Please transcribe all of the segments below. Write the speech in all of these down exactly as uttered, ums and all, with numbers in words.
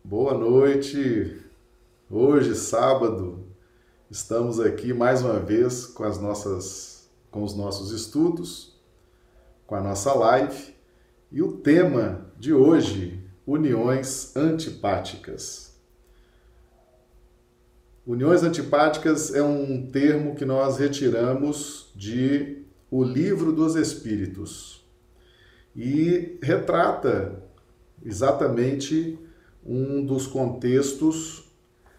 Boa noite. Hoje, sábado, estamos aqui mais uma vez com as nossas, com os nossos estudos, com a nossa live. E o tema de hoje, uniões antipáticas. Uniões antipáticas é um termo que nós retiramos de O Livro dos Espíritos e retrata exatamente um dos contextos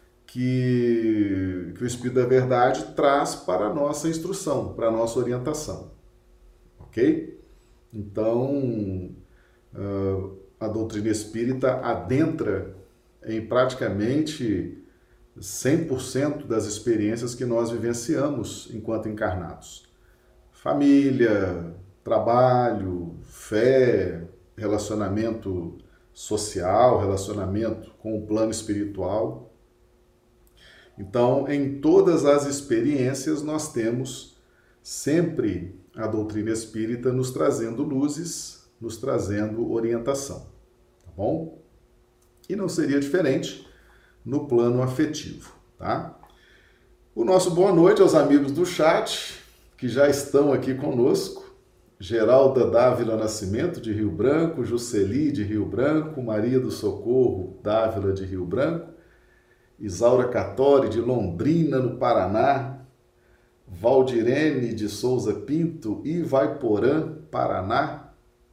que, que o Espírito da Verdade traz para a nossa instrução, para a nossa orientação. Ok? Então, a doutrina espírita adentra em praticamente cem por cento das experiências que nós vivenciamos enquanto encarnados. Família, trabalho, fé, relacionamento social, relacionamento com o plano espiritual. Então, em todas as experiências, nós temos sempre a doutrina espírita nos trazendo luzes, nos trazendo orientação, tá bom? E não seria diferente no plano afetivo, tá? O nosso boa noite aos amigos do chat, que já estão aqui conosco. Geralda Dávila Nascimento, de Rio Branco, Jusceli, de Rio Branco, Maria do Socorro Dávila, de Rio Branco, Isaura Catori, de Londrina, no Paraná, Valdirene de Souza Pinto, Ivaiporã, Paraná,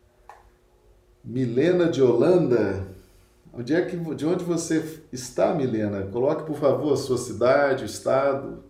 Milena de Holanda. Onde é que, de onde você está, Milena? Coloque, por favor, a sua cidade, o estado.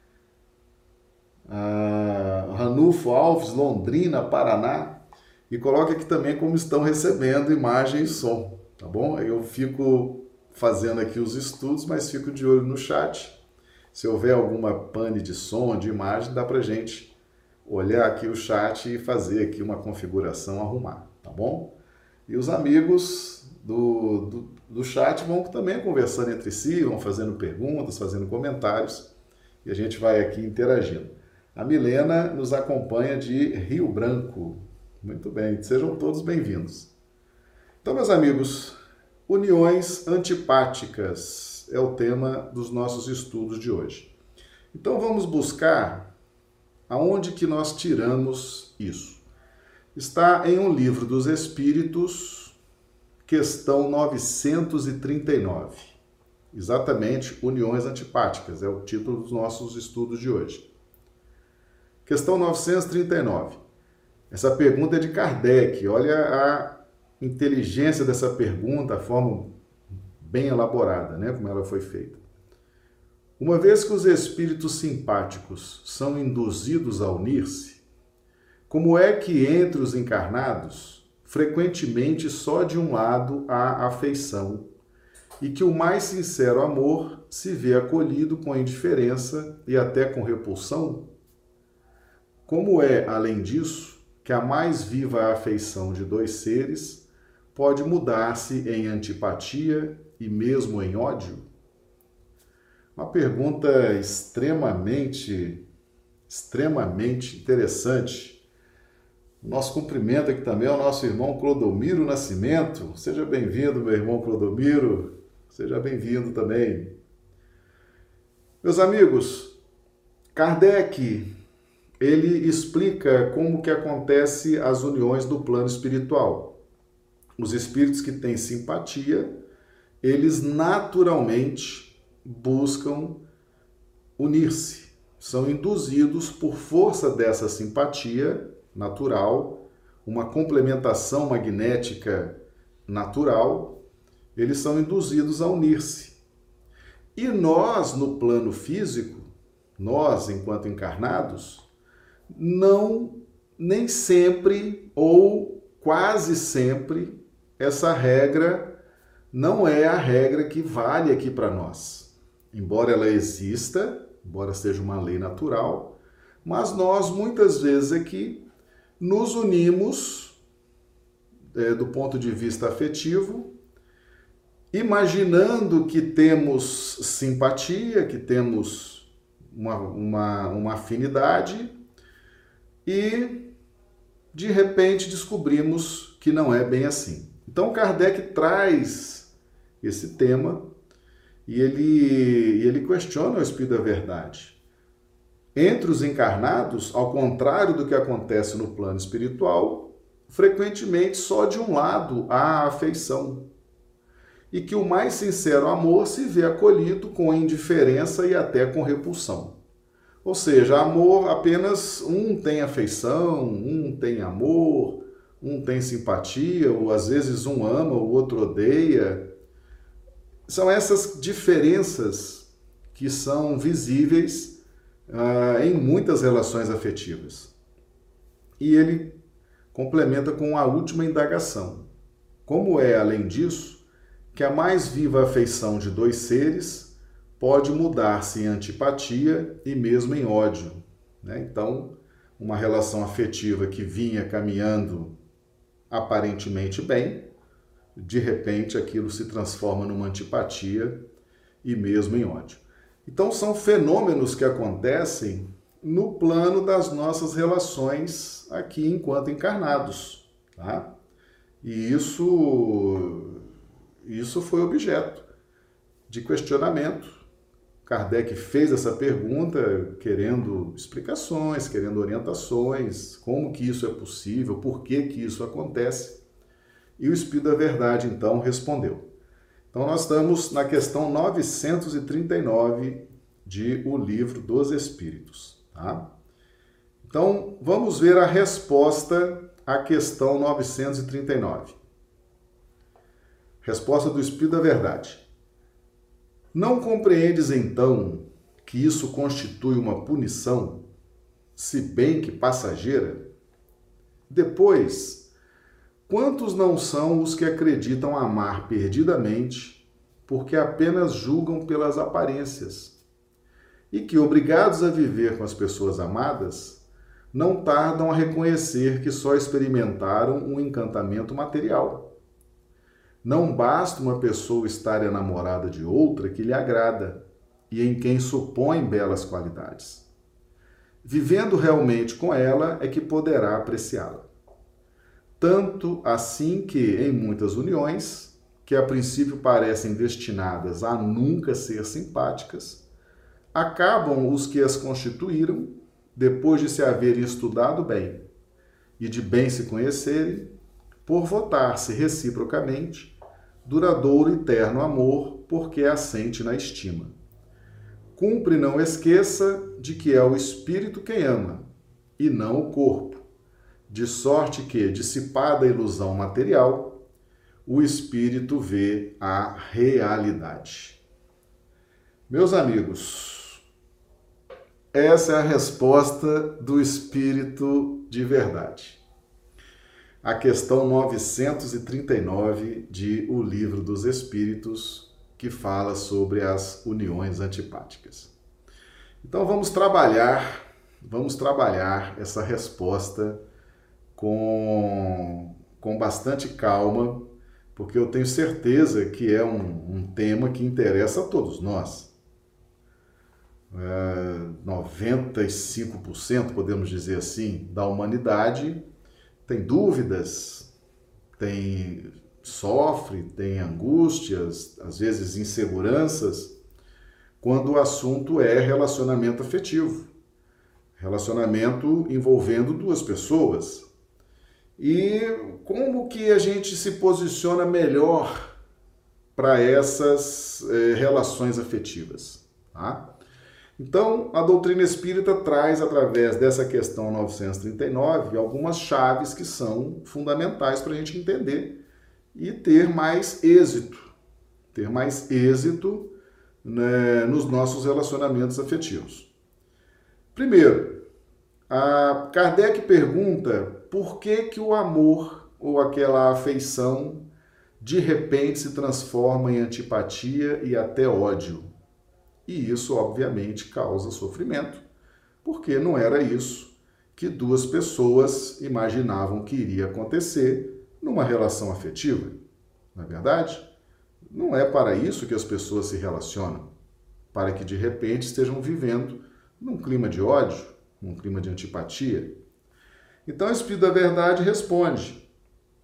Ah, Ranulfo Alves, Londrina, Paraná, e coloque aqui também como estão recebendo imagem e som, tá bom? Eu fico fazendo aqui os estudos, mas fico de olho no chat. Se houver alguma pane de som, de imagem, dá pra gente olhar aqui o chat e fazer aqui uma configuração, arrumar, tá bom? E os amigos do, do, do chat vão também conversando entre si, vão fazendo perguntas, fazendo comentários, e a gente vai aqui interagindo. A Milena nos acompanha de Rio Branco. Muito bem, sejam todos bem-vindos. Então, meus amigos, uniões antipáticas é o tema dos nossos estudos de hoje. Então, vamos buscar aonde que nós tiramos isso. Está em um livro dos Espíritos, questão novecentos e trinta e nove. Exatamente, uniões antipáticas, é o título dos nossos estudos de hoje. Questão novecentos e trinta e nove. Essa pergunta é de Kardec. Olha a inteligência dessa pergunta, a forma bem elaborada, né, como ela foi feita. Uma vez que os espíritos simpáticos são induzidos a unir-se, como é que entre os encarnados, frequentemente só de um lado há afeição, e que o mais sincero amor se vê acolhido com indiferença e até com repulsão? Como é, além disso, que a mais viva afeição de dois seres pode mudar-se em antipatia e mesmo em ódio? Uma pergunta extremamente, extremamente interessante. Nosso cumprimento aqui também ao nosso irmão Clodomiro Nascimento. Seja bem-vindo, meu irmão Clodomiro. Seja bem-vindo também. Meus amigos, Kardec, ele explica como que acontece as uniões do plano espiritual. Os espíritos que têm simpatia, eles naturalmente buscam unir-se. São induzidos por força dessa simpatia natural, uma complementação magnética natural, eles são induzidos a unir-se. E nós, no plano físico, nós, enquanto encarnados, não, nem sempre ou quase sempre, essa regra não é a regra que vale aqui para nós. Embora ela exista, embora seja uma lei natural, mas nós muitas vezes aqui nos unimos é, do ponto de vista afetivo, imaginando que temos simpatia, que temos uma, uma, uma afinidade, e de repente descobrimos que não é bem assim. Então Kardec traz esse tema e ele, ele questiona o Espírito da Verdade. Entre os encarnados, ao contrário do que acontece no plano espiritual, frequentemente só de um lado há afeição. E que o mais sincero amor se vê acolhido com indiferença e até com repulsão. Ou seja, amor apenas um tem afeição, um tem amor, um tem simpatia, ou às vezes um ama, o outro odeia. São essas diferenças que são visíveis Uh, em muitas relações afetivas. E ele complementa com a última indagação. Como é, além disso, que a mais viva afeição de dois seres pode mudar-se em antipatia e mesmo em ódio, né? Então, uma relação afetiva que vinha caminhando aparentemente bem, de repente aquilo se transforma numa antipatia e mesmo em ódio. Então, são fenômenos que acontecem no plano das nossas relações aqui enquanto encarnados, tá? E isso, isso foi objeto de questionamento. Kardec fez essa pergunta querendo explicações, querendo orientações, como que isso é possível, por que que isso acontece. E o Espírito da Verdade, então, respondeu. Então, nós estamos na questão novecentos e trinta e nove de O Livro dos Espíritos. Tá? Então, vamos ver a resposta à questão novecentos e trinta e nove. Resposta do Espírito da Verdade. Não compreendes, então, que isso constitui uma punição, se bem que passageira? Depois, quantos não são os que acreditam amar perdidamente, porque apenas julgam pelas aparências, e que, obrigados a viver com as pessoas amadas, não tardam a reconhecer que só experimentaram um encantamento material. Não basta uma pessoa estar enamorada de outra que lhe agrada e em quem supõe belas qualidades. Vivendo realmente com ela é que poderá apreciá-la. Tanto assim que, em muitas uniões, que a princípio parecem destinadas a nunca ser simpáticas, acabam os que as constituíram, depois de se haverem estudado bem e de bem se conhecerem, por votar-se reciprocamente duradouro e terno amor, porque assente na estima. Cumpre não esqueça de que é o espírito quem ama, e não o corpo, de sorte que, dissipada a ilusão material, o espírito vê a realidade. Meus amigos, essa é a resposta do Espírito de Verdade. A questão novecentos e trinta e nove de O Livro dos Espíritos, que fala sobre as uniões antipáticas. Então vamos trabalhar, vamos trabalhar essa resposta com, com bastante calma, porque eu tenho certeza que é um, um tema que interessa a todos nós. É, noventa e cinco por cento, podemos dizer assim, da humanidade tem dúvidas, tem, sofre, tem angústias, às vezes inseguranças, quando o assunto é relacionamento afetivo, relacionamento envolvendo duas pessoas. E como que a gente se posiciona melhor para essas eh, relações afetivas, tá? Então, a doutrina espírita traz, através dessa questão novecentos e trinta e nove, algumas chaves que são fundamentais para a gente entender e ter mais êxito, ter mais êxito, né, nos nossos relacionamentos afetivos. Primeiro, a Kardec pergunta por que que o amor ou aquela afeição de repente se transforma em antipatia e até ódio. E isso, obviamente, causa sofrimento, porque não era isso que duas pessoas imaginavam que iria acontecer numa relação afetiva. Não é verdade? Não é para isso que as pessoas se relacionam, para que de repente estejam vivendo num clima de ódio, num clima de antipatia. Então, o Espírito da Verdade responde: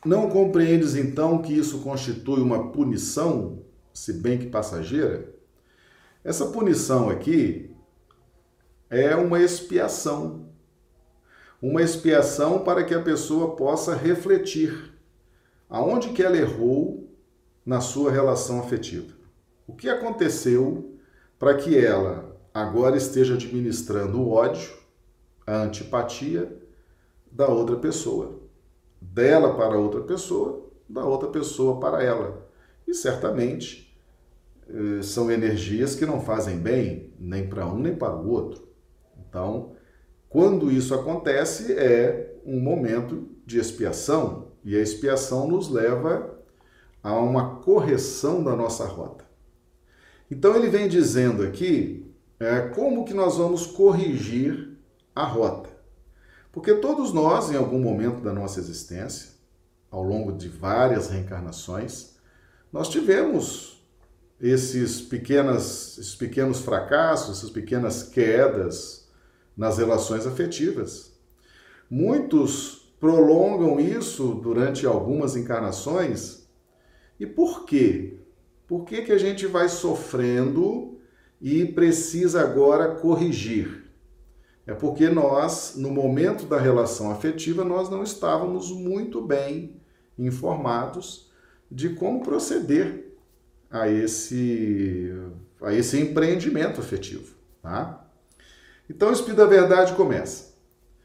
Não compreendes então que isso constitui uma punição, se bem que passageira? Essa punição aqui é uma expiação. Uma expiação para que a pessoa possa refletir aonde que ela errou na sua relação afetiva. O que aconteceu para que ela agora esteja administrando o ódio, a antipatia da outra pessoa. Dela para outra pessoa, da outra pessoa para ela. E certamente são energias que não fazem bem nem para um nem para o outro. Então, quando isso acontece, é um momento de expiação, e a expiação nos leva a uma correção da nossa rota. Então ele vem dizendo aqui é, como que nós vamos corrigir a rota. Porque todos nós, em algum momento da nossa existência, ao longo de várias reencarnações, nós tivemos esses, pequenas, esses pequenos fracassos, essas pequenas quedas nas relações afetivas. Muitos prolongam isso durante algumas encarnações. E por quê? Por que que a gente vai sofrendo e precisa agora corrigir? É porque nós, no momento da relação afetiva, nós não estávamos muito bem informados de como proceder a esse, a esse empreendimento afetivo, tá? Então, o Espírito da Verdade começa.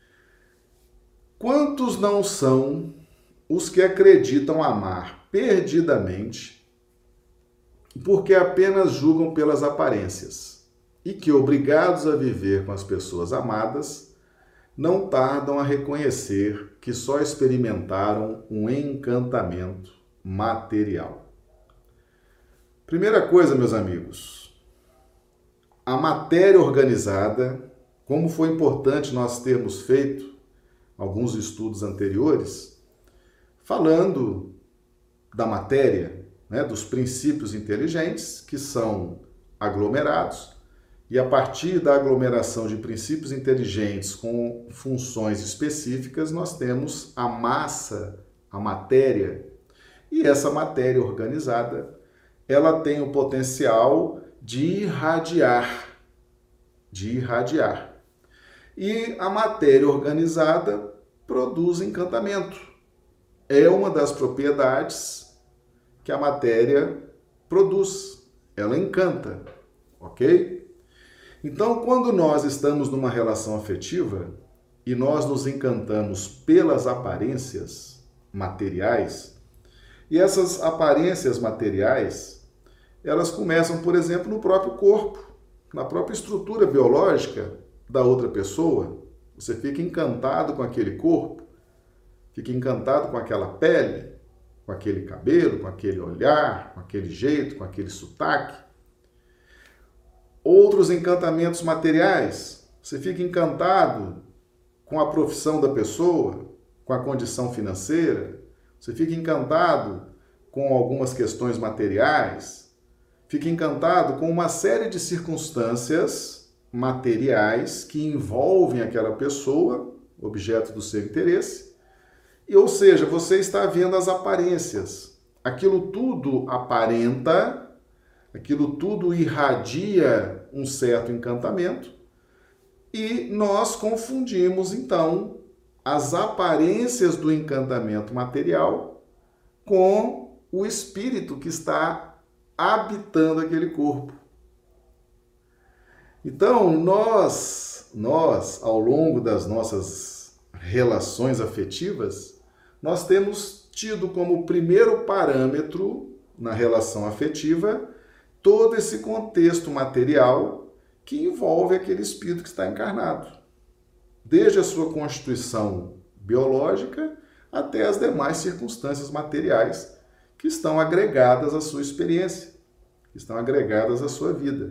Quantos não são os que acreditam amar perdidamente porque apenas julgam pelas aparências e que, obrigados a viver com as pessoas amadas, não tardam a reconhecer que só experimentaram um encantamento material? Primeira coisa, meus amigos, a matéria organizada, como foi importante nós termos feito alguns estudos anteriores, falando da matéria, né, dos princípios inteligentes, que são aglomerados, e a partir da aglomeração de princípios inteligentes com funções específicas, nós temos a massa, a matéria, e essa matéria organizada, ela tem o potencial de irradiar, de irradiar. E a matéria organizada produz encantamento. É uma das propriedades que a matéria produz. Ela encanta, ok? Então, quando nós estamos numa relação afetiva e nós nos encantamos pelas aparências materiais, e essas aparências materiais, elas começam, por exemplo, no próprio corpo, na própria estrutura biológica da outra pessoa. Você fica encantado com aquele corpo, fica encantado com aquela pele, com aquele cabelo, com aquele olhar, com aquele jeito, com aquele sotaque. Outros encantamentos materiais, você fica encantado com a profissão da pessoa, com a condição financeira, você fica encantado com algumas questões materiais, fica encantado com uma série de circunstâncias materiais que envolvem aquela pessoa, objeto do seu interesse, e, ou seja, você está vendo as aparências. Aquilo tudo aparenta, aquilo tudo irradia um certo encantamento, e nós confundimos, então, as aparências do encantamento material com o espírito que está habitando aquele corpo. Então, nós, nós, ao longo das nossas relações afetivas, nós temos tido como primeiro parâmetro na relação afetiva todo esse contexto material que envolve aquele espírito que está encarnado, desde a sua constituição biológica até as demais circunstâncias materiais que estão agregadas à sua experiência, que estão agregadas à sua vida.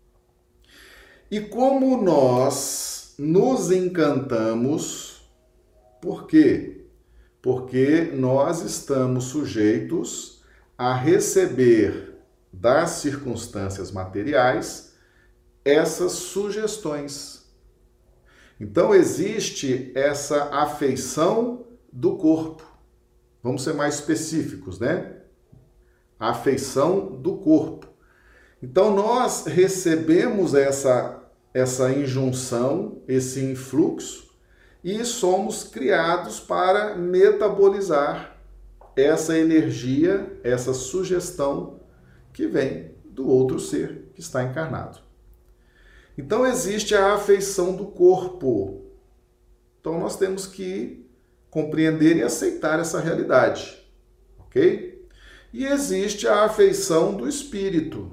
E como nós nos encantamos, por quê? Porque nós estamos sujeitos a receber das circunstâncias materiais essas sugestões. Então existe essa afeição do corpo. Vamos ser mais específicos, né? A afeição do corpo. Então, nós recebemos essa, essa injunção, esse influxo, e somos criados para metabolizar essa energia, essa sugestão que vem do outro ser que está encarnado. Então, existe a afeição do corpo. Então, nós temos que compreender e aceitar essa realidade, ok? E existe a afeição do espírito.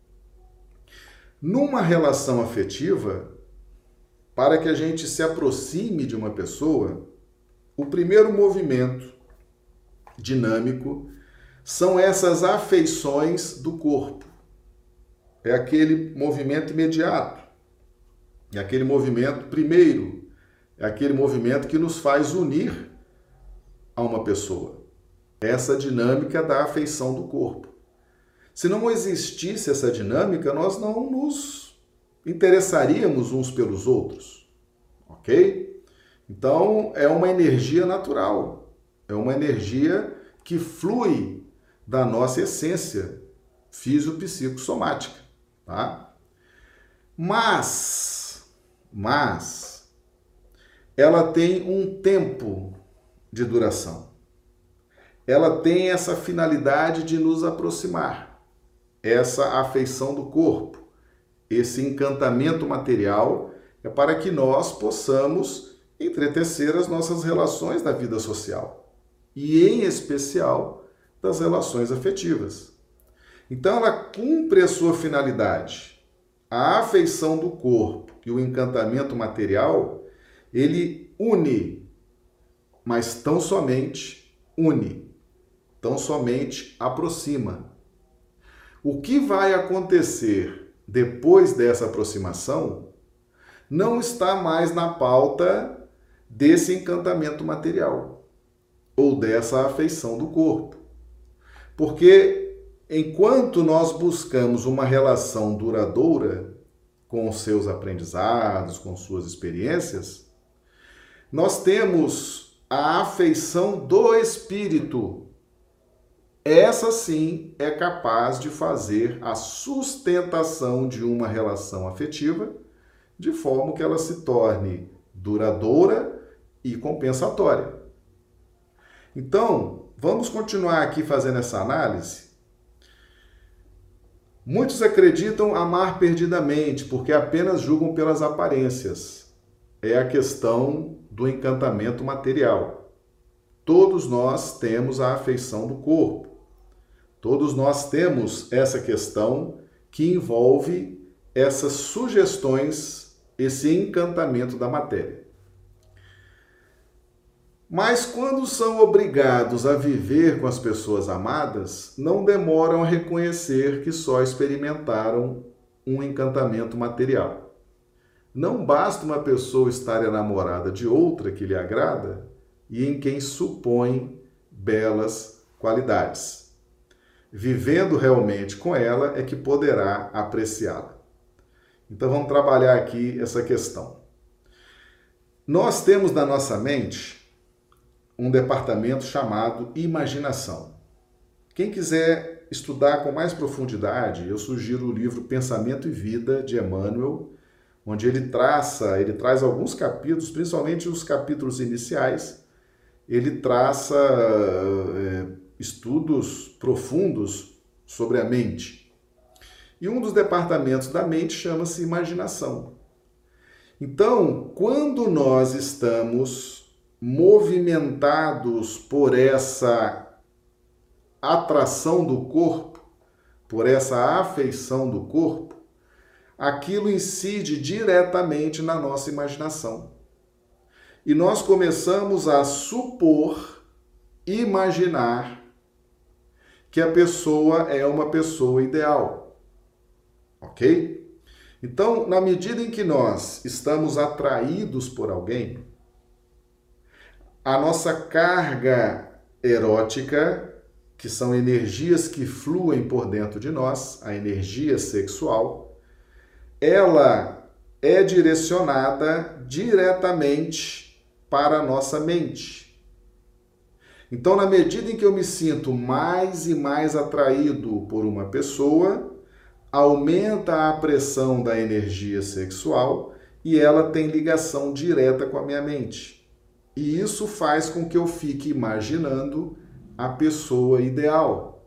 Numa relação afetiva, para que a gente se aproxime de uma pessoa, o primeiro movimento dinâmico são essas afeições do corpo. É aquele movimento imediato. É aquele movimento primeiro. É aquele movimento que nos faz unir a uma pessoa. Essa dinâmica da afeição do corpo. Se não existisse essa dinâmica, nós não nos interessaríamos uns pelos outros, ok? Então, é uma energia natural, é uma energia que flui da nossa essência físico-psicossomática, tá? Mas, mas, ela tem um tempo de duração. Ela tem essa finalidade de nos aproximar. Essa afeição do corpo, esse encantamento material, é para que nós possamos entretecer as nossas relações da vida social e, em especial, das relações afetivas. Então, ela cumpre a sua finalidade. A afeição do corpo e o encantamento material, ele une, mas tão somente une, tão somente aproxima. O que vai acontecer depois dessa aproximação não está mais na pauta desse encantamento material ou dessa afeição do corpo. Porque enquanto nós buscamos uma relação duradoura com os seus aprendizados, com suas experiências, nós temos a afeição do espírito. Essa sim é capaz de fazer a sustentação de uma relação afetiva de forma que ela se torne duradoura e compensatória. Então, vamos continuar aqui fazendo essa análise. Muitos acreditam amar perdidamente porque apenas julgam pelas aparências. É a questão do encantamento material. Todos nós temos a afeição do corpo. Todos nós temos essa questão que envolve essas sugestões, esse encantamento da matéria. Mas quando são obrigados a viver com as pessoas amadas, não demoram a reconhecer que só experimentaram um encantamento material. Não basta uma pessoa estar enamorada de outra que lhe agrada e em quem supõe belas qualidades. Vivendo realmente com ela é que poderá apreciá-la. Então vamos trabalhar aqui essa questão. Nós temos na nossa mente um departamento chamado imaginação. Quem quiser estudar com mais profundidade, eu sugiro o livro Pensamento e Vida, de Emmanuel, onde ele traça, ele traz alguns capítulos, principalmente os capítulos iniciais, ele traça é, estudos profundos sobre a mente. E um dos departamentos da mente chama-se imaginação. Então, quando nós estamos movimentados por essa atração do corpo, por essa afeição do corpo, aquilo incide diretamente na nossa imaginação. E nós começamos a supor, imaginar que a pessoa é uma pessoa ideal. Ok? Então, na medida em que nós estamos atraídos por alguém, a nossa carga erótica, que são energias que fluem por dentro de nós, a energia sexual, ela é direcionada diretamente para a nossa mente. Então, na medida em que eu me sinto mais e mais atraído por uma pessoa, aumenta a pressão da energia sexual e ela tem ligação direta com a minha mente. E isso faz com que eu fique imaginando a pessoa ideal.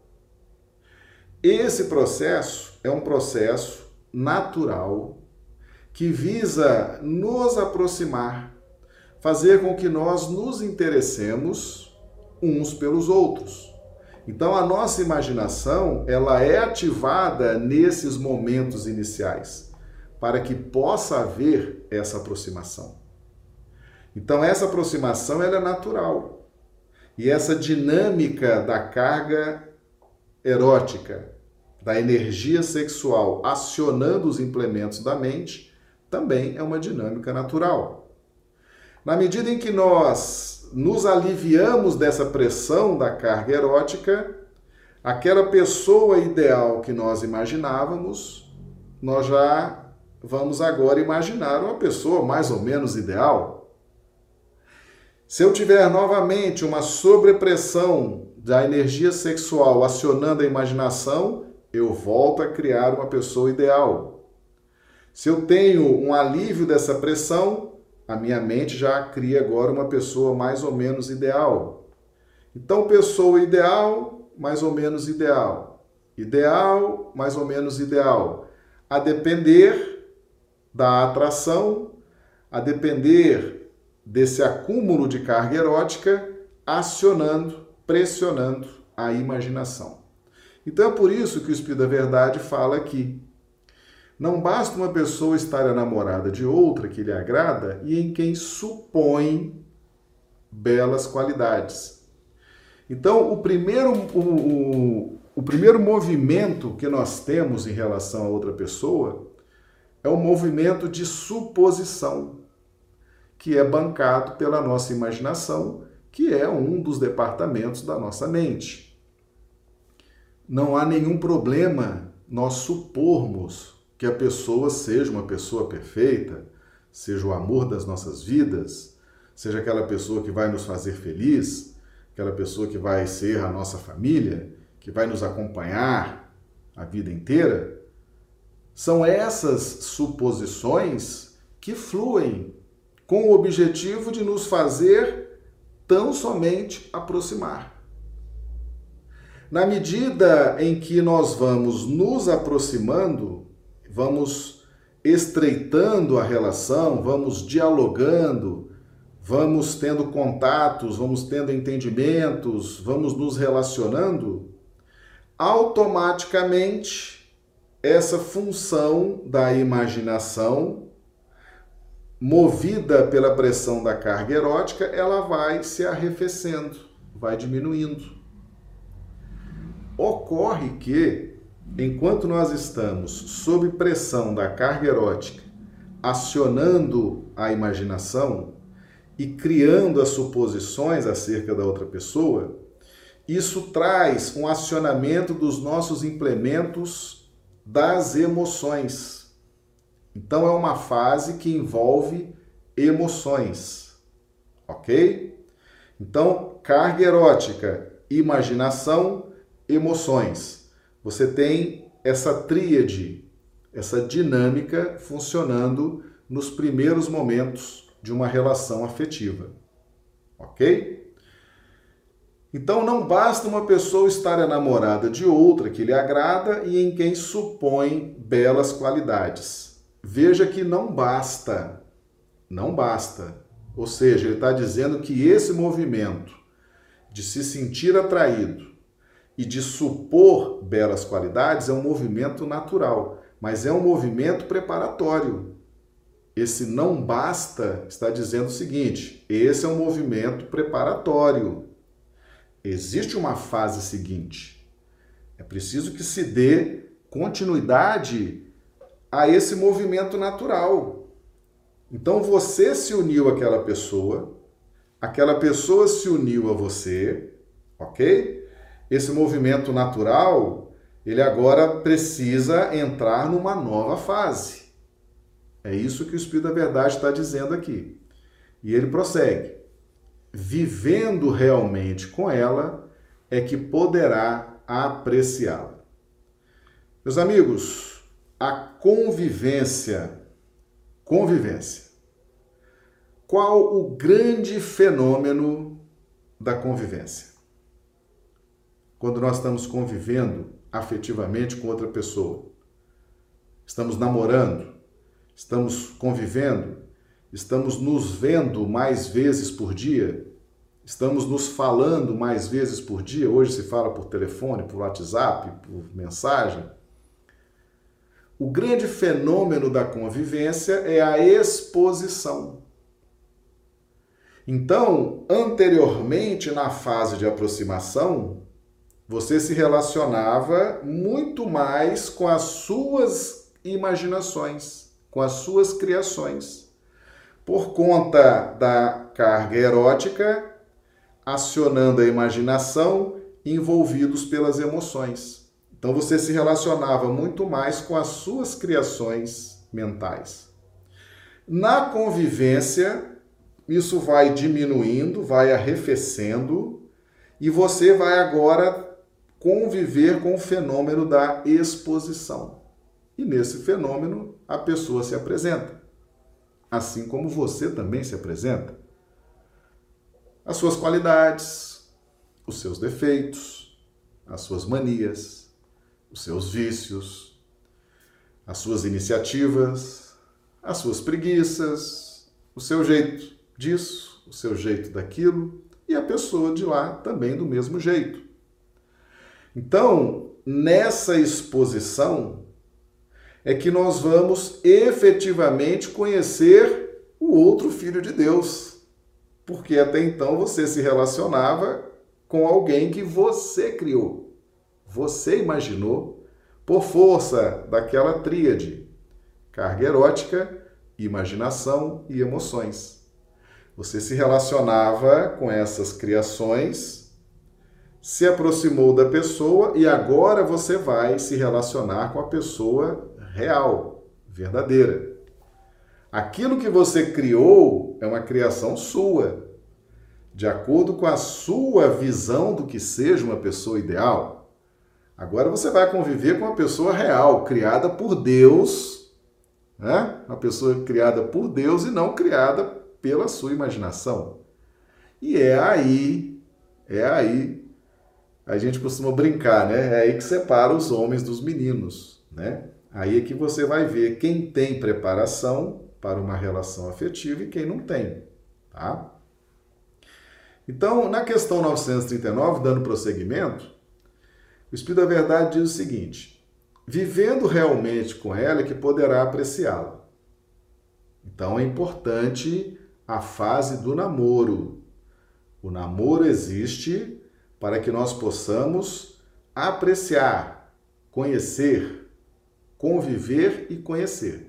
Esse processo é um processo natural que visa nos aproximar, fazer com que nós nos interessemos uns pelos outros. Então a nossa imaginação, ela é ativada nesses momentos iniciais, para que possa haver essa aproximação. Então essa aproximação ela é natural. E essa dinâmica da carga erótica, da energia sexual acionando os implementos da mente, também é uma dinâmica natural. Na medida em que nós nos aliviamos dessa pressão da carga erótica, aquela pessoa ideal que nós imaginávamos, nós já vamos agora imaginar uma pessoa mais ou menos ideal. Se eu tiver novamente uma sobrepressão da energia sexual acionando a imaginação, eu volto a criar uma pessoa ideal. Se eu tenho um alívio dessa pressão, a minha mente já cria agora uma pessoa mais ou menos ideal. Então, pessoa ideal, mais ou menos ideal. Ideal, mais ou menos ideal. A depender da atração, a depender desse acúmulo de carga erótica, acionando, pressionando a imaginação. Então, é por isso que o Espírito da Verdade fala aqui. Não basta uma pessoa estar enamorada de outra que lhe agrada e em quem supõe belas qualidades. Então, o primeiro, o, o, o primeiro movimento que nós temos em relação a outra pessoa é o movimento de suposição, que é bancado pela nossa imaginação, que é um dos departamentos da nossa mente. Não há nenhum problema nós supormos que a pessoa seja uma pessoa perfeita, seja o amor das nossas vidas, seja aquela pessoa que vai nos fazer feliz, aquela pessoa que vai ser a nossa família, que vai nos acompanhar a vida inteira. São essas suposições que fluem com o objetivo de nos fazer tão somente aproximar. Na medida em que nós vamos nos aproximando, vamos estreitando a relação, vamos dialogando, vamos tendo contatos, vamos tendo entendimentos, vamos nos relacionando, automaticamente essa função da imaginação, movida pela pressão da carga erótica, ela vai se arrefecendo, vai diminuindo. Ocorre que, enquanto nós estamos sob pressão da carga erótica, acionando a imaginação e criando as suposições acerca da outra pessoa, isso traz um acionamento dos nossos implementos das emoções. Então, é uma fase que envolve emoções, ok? Então, carga erótica, imaginação, emoções. Você tem essa tríade, essa dinâmica funcionando nos primeiros momentos de uma relação afetiva, ok? Então não basta uma pessoa estar enamorada de outra que lhe agrada e em quem supõe belas qualidades. Veja que não basta, não basta. Ou seja, ele está dizendo que esse movimento de se sentir atraído e de supor belas qualidades é um movimento natural, mas é um movimento preparatório. Esse não basta está dizendo o seguinte: esse é um movimento preparatório. Existe uma fase seguinte. É preciso que se dê continuidade a esse movimento natural. Então você se uniu àquela pessoa, aquela pessoa se uniu a você, ok? Esse movimento natural, ele agora precisa entrar numa nova fase. É isso que o Espírito da Verdade está dizendo aqui. E ele prossegue. vivendo realmente com ela, é que poderá apreciá-la. Meus amigos, a convivência, convivência. Qual o grande fenômeno da convivência? Quando nós estamos convivendo afetivamente com outra pessoa, estamos namorando, estamos convivendo, estamos nos vendo mais vezes por dia, estamos nos falando mais vezes por dia, hoje se fala por telefone, por WhatsApp, por mensagem. O grande fenômeno da convivência é a exposição. Então, anteriormente, na fase de aproximação, você se relacionava muito mais com as suas imaginações, com as suas criações, por conta da carga erótica, acionando a imaginação, envolvidos pelas emoções. Então você se relacionava muito mais com as suas criações mentais. Na convivência, isso vai diminuindo, vai arrefecendo, e você vai agora conviver com o fenômeno da exposição. E nesse fenômeno, a pessoa se apresenta, assim como você também se apresenta. As suas qualidades, os seus defeitos, as suas manias, os seus vícios, as suas iniciativas, as suas preguiças, o seu jeito disso, o seu jeito daquilo, e a pessoa de lá também do mesmo jeito. Então, nessa exposição é que nós vamos efetivamente conhecer o outro filho de Deus, porque até então você se relacionava com alguém que você criou, você imaginou, por força daquela tríade, carga erótica, imaginação e emoções. Você se relacionava com essas criações, se aproximou da pessoa e agora você vai se relacionar com a pessoa real, verdadeira. Aquilo que você criou é uma criação sua, de acordo com a sua visão do que seja uma pessoa ideal. Agora você vai conviver com uma pessoa real, criada por Deus, né? Uma pessoa criada por Deus e não criada pela sua imaginação. E é aí, é aí, a gente costuma brincar, né? É aí que separa os homens dos meninos, né? Aí é que você vai ver quem tem preparação para uma relação afetiva e quem não tem, tá? Então, na questão novecentos e trinta e nove, dando prosseguimento, o Espírito da Verdade diz o seguinte: vivendo realmente com ela é que poderá apreciá-la. Então, é importante a fase do namoro. O namoro existe para que nós possamos apreciar, conhecer, conviver e conhecer.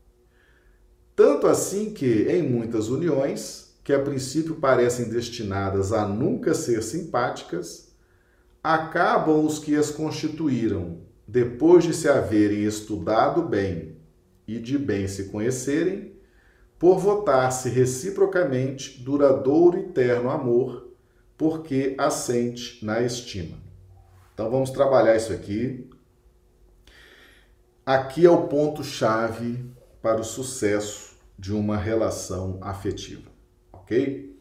Tanto assim que, em muitas uniões, que a princípio parecem destinadas a nunca ser simpáticas, acabam os que as constituíram, depois de se haverem estudado bem e de bem se conhecerem, por votar-se reciprocamente duradouro e terno amor, porque assente na estima. Então vamos trabalhar isso aqui. Aqui é o ponto-chave para o sucesso de uma relação afetiva, ok?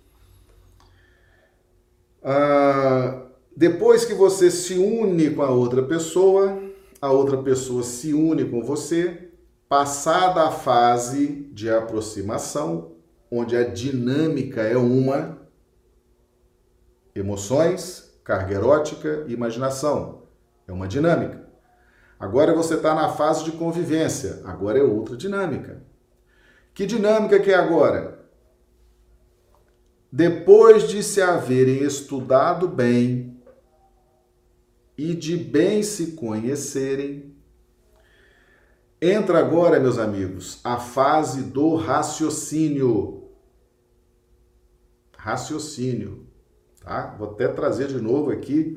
Ah, depois que você se une com a outra pessoa, a outra pessoa se une com você, passada a fase de aproximação, onde a dinâmica é uma, emoções, carga erótica e imaginação, é uma dinâmica. Agora você está na fase de convivência, agora é outra dinâmica. Que dinâmica que é agora? Depois de se haverem estudado bem e de bem se conhecerem, entra agora, meus amigos, a fase do raciocínio. Raciocínio, tá? Vou até trazer de novo aqui.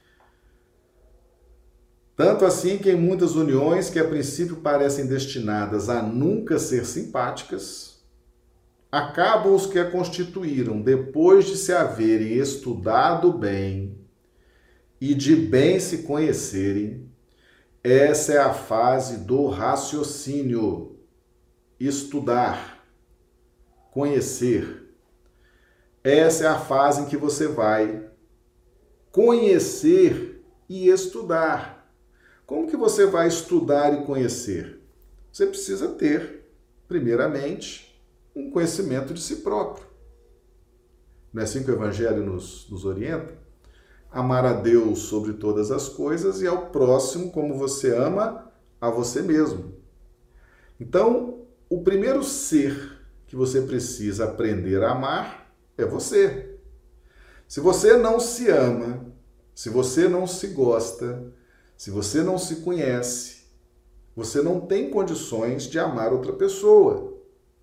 Tanto assim que em muitas uniões que a princípio parecem destinadas a nunca ser simpáticas, acabam os que a constituíram, depois de se haverem estudado bem e de bem se conhecerem. Essa é a fase do raciocínio. Estudar, conhecer. Essa é a fase em que você vai conhecer e estudar. Como que você vai estudar e conhecer? Você precisa ter, primeiramente, um conhecimento de si próprio. Não é assim que o Evangelho nos, nos orienta? Amar a Deus sobre todas as coisas e ao próximo como você ama a você mesmo. Então, o primeiro ser que você precisa aprender a amar é você. Se você não se ama, se você não se gosta, se você não se conhece, você não tem condições de amar outra pessoa.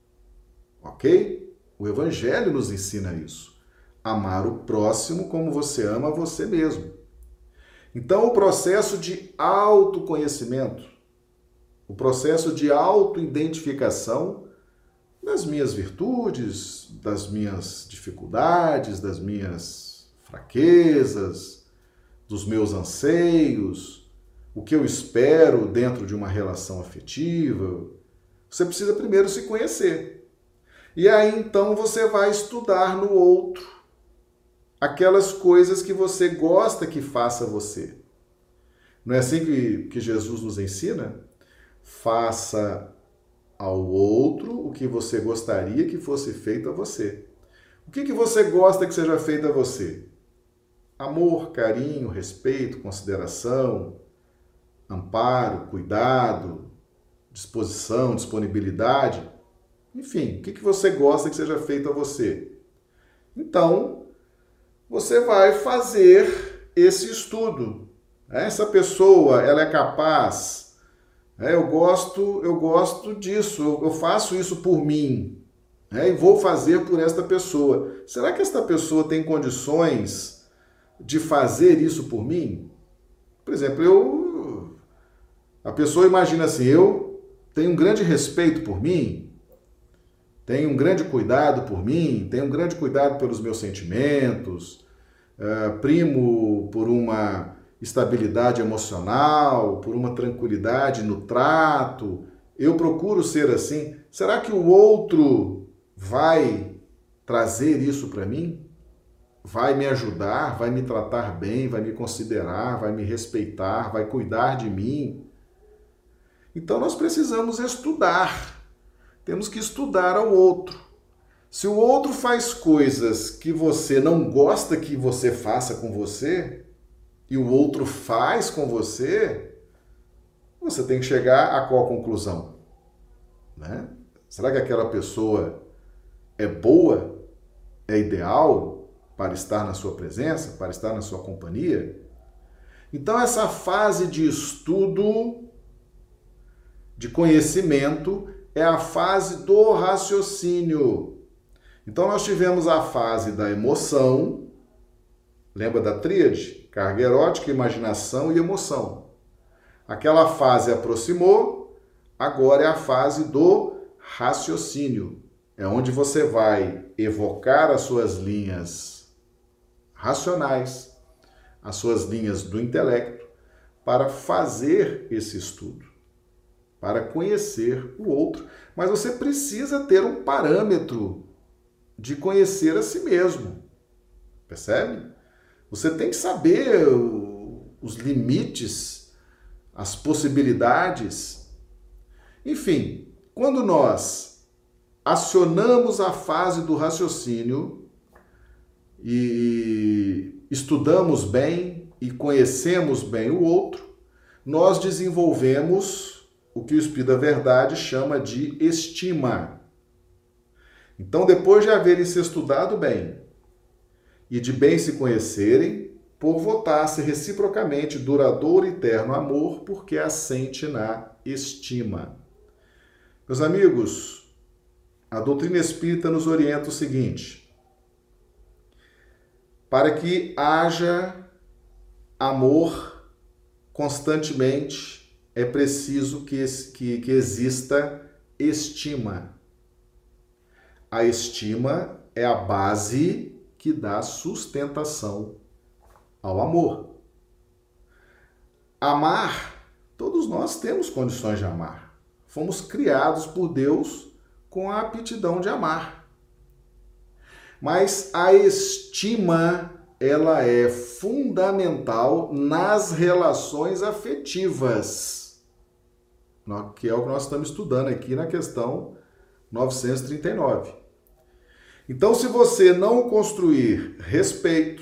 Ok? O Evangelho nos ensina isso. Amar o próximo como você ama você mesmo. Então, o processo de autoconhecimento, o processo de autoidentificação das minhas virtudes, das minhas dificuldades, das minhas fraquezas, dos meus anseios, o que eu espero dentro de uma relação afetiva. Você precisa primeiro se conhecer. E aí, então, você vai estudar no outro aquelas coisas que você gosta que faça você. Não é assim que, que Jesus nos ensina? Faça ao outro o que você gostaria que fosse feito a você. O que, que você gosta que seja feito a você? Amor, carinho, respeito, consideração, amparo, cuidado, disposição, disponibilidade. Enfim, o que, que você gosta que seja feito a você? Então, você vai fazer esse estudo. Essa pessoa, ela é capaz... É, eu gosto, eu gosto disso, eu faço isso por mim, né, e vou fazer por esta pessoa. Será que esta pessoa tem condições de fazer isso por mim? Por exemplo, eu, a pessoa imagina assim, eu tenho um grande respeito por mim, tenho um grande cuidado por mim, tenho um grande cuidado pelos meus sentimentos, uh, primo por uma... estabilidade emocional, por uma tranquilidade no trato. Eu procuro ser assim. Será que o outro vai trazer isso para mim? Vai me ajudar? Vai me tratar bem? Vai me considerar? Vai me respeitar? Vai cuidar de mim? Então nós precisamos estudar. Temos que estudar ao outro. Se o outro faz coisas que você não gosta que você faça com você, e o outro faz com você, você tem que chegar a qual conclusão? Né? Será que aquela pessoa é boa, é ideal para estar na sua presença, para estar na sua companhia? Então, essa fase de estudo, de conhecimento, é a fase do raciocínio. Então, nós tivemos a fase da emoção, lembra da tríade? Carga erótica, imaginação e emoção. Aquela fase aproximou, agora é a fase do raciocínio. É onde você vai evocar as suas linhas racionais, as suas linhas do intelecto, para fazer esse estudo, para conhecer o outro. Mas você precisa ter um parâmetro de conhecer a si mesmo. Percebe? Você tem que saber os limites, as possibilidades. Enfim, quando nós acionamos a fase do raciocínio e estudamos bem e conhecemos bem o outro, nós desenvolvemos o que o Espírito da Verdade chama de estima. Então, depois de haverem se estudado bem, e de bem se conhecerem, por votar-se reciprocamente duradouro e eterno amor, porque assente na estima. Meus amigos, a doutrina espírita nos orienta o seguinte: para que haja amor constantemente, é preciso que, que, que exista estima. A estima é a base que dá sustentação ao amor. Amar, todos nós temos condições de amar. Fomos criados por Deus com a aptidão de amar. Mas a estima, ela é fundamental nas relações afetivas, que é o que nós estamos estudando aqui na questão novecentos e trinta e nove. Então, se você não construir respeito,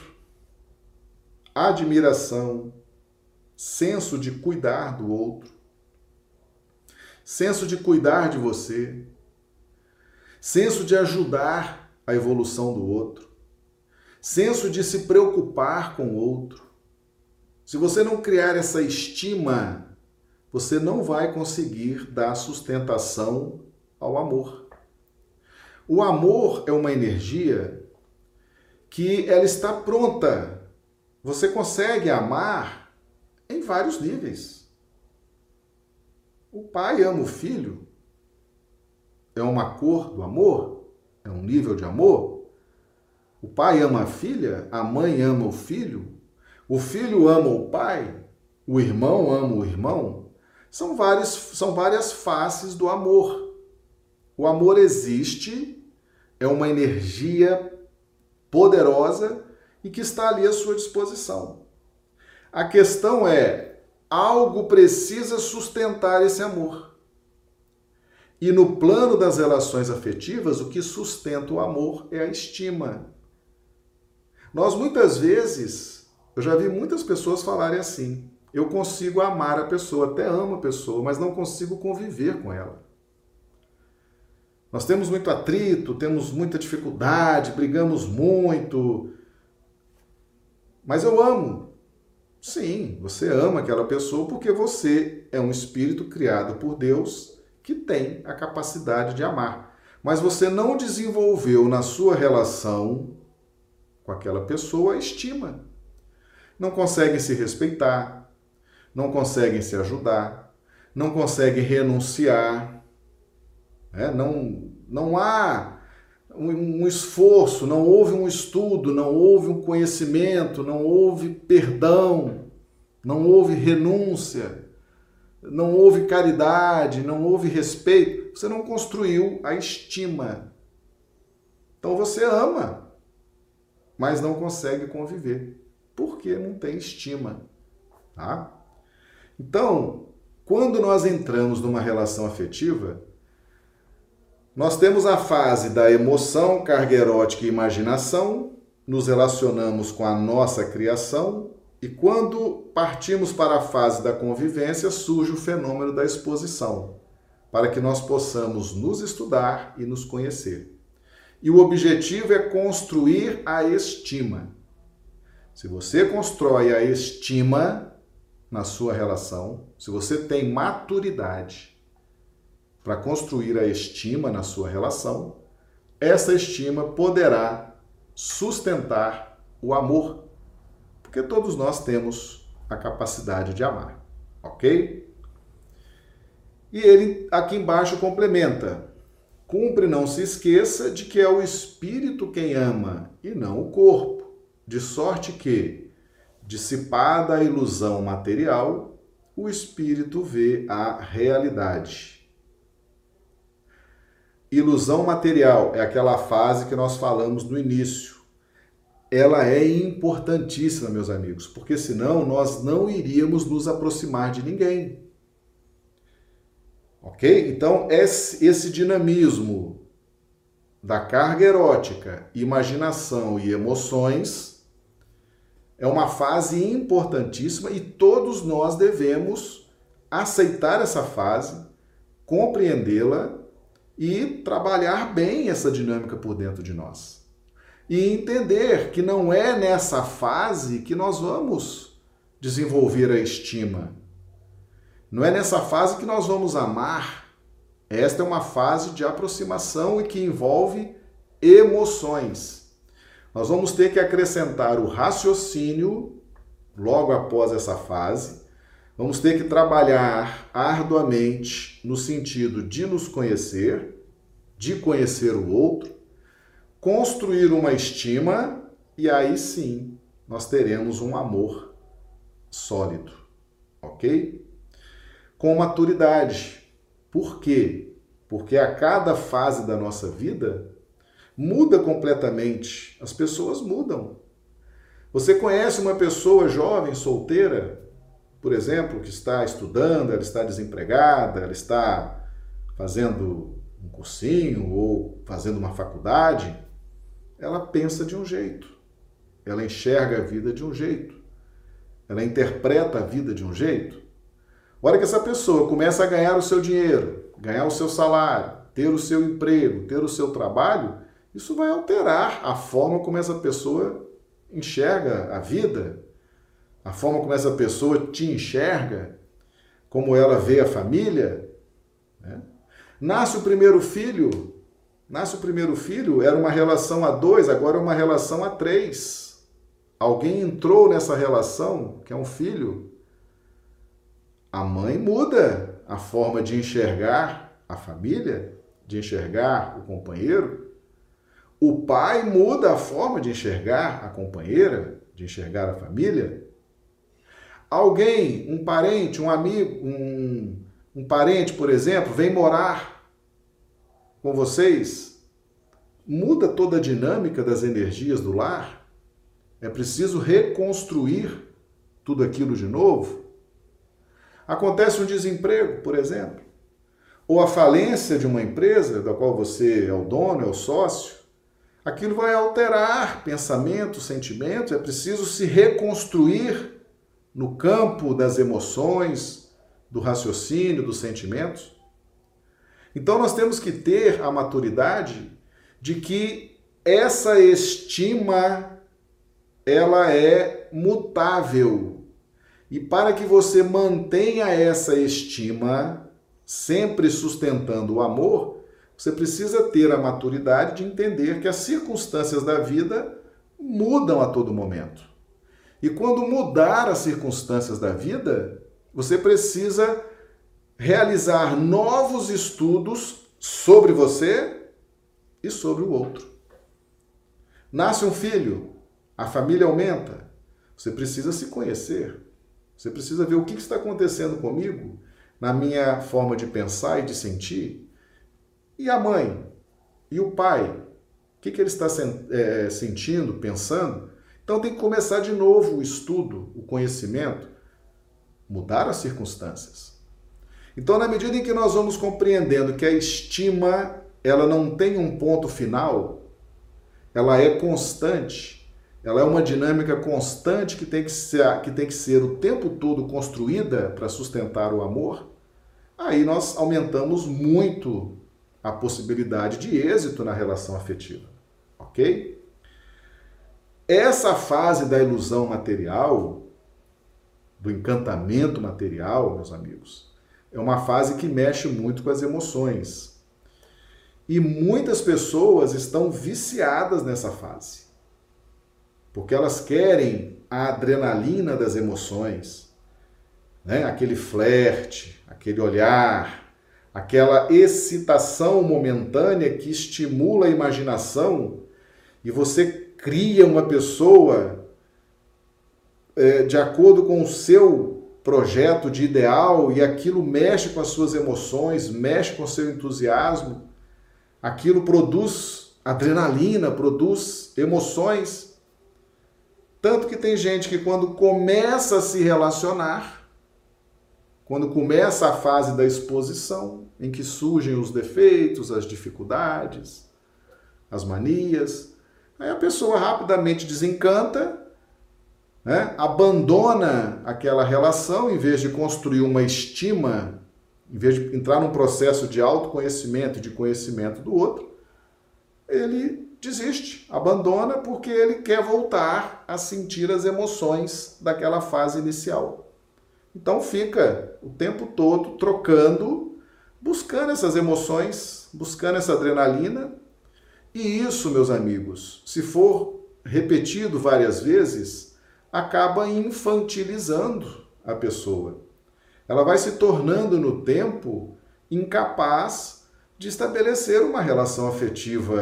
admiração, senso de cuidar do outro, senso de cuidar de você, senso de ajudar a evolução do outro, senso de se preocupar com o outro. Se você não criar essa estima, você não vai conseguir dar sustentação ao amor. O amor é uma energia que ela está pronta. Você consegue amar em vários níveis. O pai ama o filho. É uma cor do amor? É um nível de amor? O pai ama a filha, a mãe ama o filho, o filho ama o pai, o irmão ama o irmão. São várias, são várias faces do amor. O amor existe, é uma energia poderosa e que está ali à sua disposição. A questão é, algo precisa sustentar esse amor. E no plano das relações afetivas, o que sustenta o amor é a estima. Nós muitas vezes, eu já vi muitas pessoas falarem assim, eu consigo amar a pessoa, até amo a pessoa, mas não consigo conviver com ela. Nós temos muito atrito, temos muita dificuldade, brigamos muito, mas eu amo. Sim, você ama aquela pessoa porque você é um espírito criado por Deus que tem a capacidade de amar. Mas você não desenvolveu na sua relação com aquela pessoa a estima. Não conseguem se respeitar, não conseguem se ajudar, não conseguem renunciar. É, não, não há um, um esforço, não houve um estudo, não houve um conhecimento, não houve perdão, não houve renúncia. Não houve caridade, não houve respeito, você não construiu a estima. Então você ama, mas não consegue conviver, porque não tem estima. Tá? Então, quando nós entramos numa relação afetiva, nós temos a fase da emoção, carga erótica e imaginação, nos relacionamos com a nossa criação, e quando partimos para a fase da convivência, surge o fenômeno da exposição, para que nós possamos nos estudar e nos conhecer. E o objetivo é construir a estima. Se você constrói a estima na sua relação, se você tem maturidade para construir a estima na sua relação, essa estima poderá sustentar o amor. Porque todos nós temos a capacidade de amar, ok? E ele aqui embaixo complementa: cumpre não se esqueça de que é o espírito quem ama e não o corpo, de sorte que, dissipada a ilusão material, o espírito vê a realidade. Ilusão material é aquela fase que nós falamos no início. Ela é importantíssima, meus amigos, porque senão nós não iríamos nos aproximar de ninguém. Ok? Então, esse, esse dinamismo da carga erótica, imaginação e emoções é uma fase importantíssima e todos nós devemos aceitar essa fase, compreendê-la e trabalhar bem essa dinâmica por dentro de nós. E entender que não é nessa fase que nós vamos desenvolver a estima. Não é nessa fase que nós vamos amar. Esta é uma fase de aproximação e que envolve emoções. Nós vamos ter que acrescentar o raciocínio logo após essa fase. Vamos ter que trabalhar arduamente no sentido de nos conhecer, de conhecer o outro, construir uma estima e aí sim nós teremos um amor sólido, ok? Com maturidade. Por quê? Porque a cada fase da nossa vida muda completamente. As pessoas mudam. Você conhece uma pessoa jovem, solteira, por exemplo, que está estudando, ela está desempregada, ela está fazendo um cursinho ou fazendo uma faculdade, ela pensa de um jeito, ela enxerga a vida de um jeito, ela interpreta a vida de um jeito. A hora que essa pessoa começa a ganhar o seu dinheiro, ganhar o seu salário, ter o seu emprego, ter o seu trabalho, isso vai alterar a forma como essa pessoa enxerga a vida, a forma como essa pessoa te enxerga, como ela vê a família, né? Nasce o primeiro filho, nasce o primeiro filho, era uma relação a dois, agora é uma relação a três. Alguém entrou nessa relação, que é um filho. A mãe muda a forma de enxergar a família, de enxergar o companheiro. O pai muda a forma de enxergar a companheira, de enxergar a família. Alguém, um parente, um amigo, um, um parente, por exemplo, vem morar com vocês, muda toda a dinâmica das energias do lar. É preciso reconstruir tudo aquilo de novo. Acontece um desemprego, por exemplo, ou a falência de uma empresa da qual você é o dono, é o sócio. Aquilo vai alterar pensamentos, sentimentos, é preciso se reconstruir no campo das emoções, do raciocínio, dos sentimentos. Então nós temos que ter a maturidade de que essa estima, ela é mutável. E para que você mantenha essa estima, sempre sustentando o amor, você precisa ter a maturidade de entender que as circunstâncias da vida mudam a todo momento. E quando mudar as circunstâncias da vida, você precisa realizar novos estudos sobre você e sobre o outro. Nasce um filho, a família aumenta, você precisa se conhecer, você precisa ver o que está acontecendo comigo, na minha forma de pensar e de sentir. E a mãe? E o pai? O que, que ele está é, sentindo, pensando? Então tem que começar de novo o estudo, o conhecimento, mudar as circunstâncias. Então, na medida em que nós vamos compreendendo que a estima, ela não tem um ponto final, ela é constante, ela é uma dinâmica constante que tem que ser, que tem que ser o tempo todo construída para sustentar o amor, aí nós aumentamos muito a possibilidade de êxito na relação afetiva, ok? Essa fase da ilusão material, do encantamento material, meus amigos, é uma fase que mexe muito com as emoções. E muitas pessoas estão viciadas nessa fase, porque elas querem a adrenalina das emoções, né? Aquele flerte, aquele olhar, aquela excitação momentânea que estimula a imaginação e você cria uma pessoa é, de acordo com o seu projeto de ideal e aquilo mexe com as suas emoções, mexe com o seu entusiasmo, aquilo produz adrenalina, produz emoções. Tanto que tem gente que quando começa a se relacionar, quando começa a fase da exposição, em que surgem os defeitos, as dificuldades, as manias, aí a pessoa rapidamente desencanta, né? Abandona aquela relação, em vez de construir uma estima, em vez de entrar num processo de autoconhecimento e de conhecimento do outro, ele desiste, abandona porque ele quer voltar a sentir as emoções daquela fase inicial. Então fica o tempo todo trocando, buscando essas emoções, buscando essa adrenalina. E isso, meus amigos, se for repetido várias vezes, acaba infantilizando a pessoa. Ela vai se tornando no tempo incapaz de estabelecer uma relação afetiva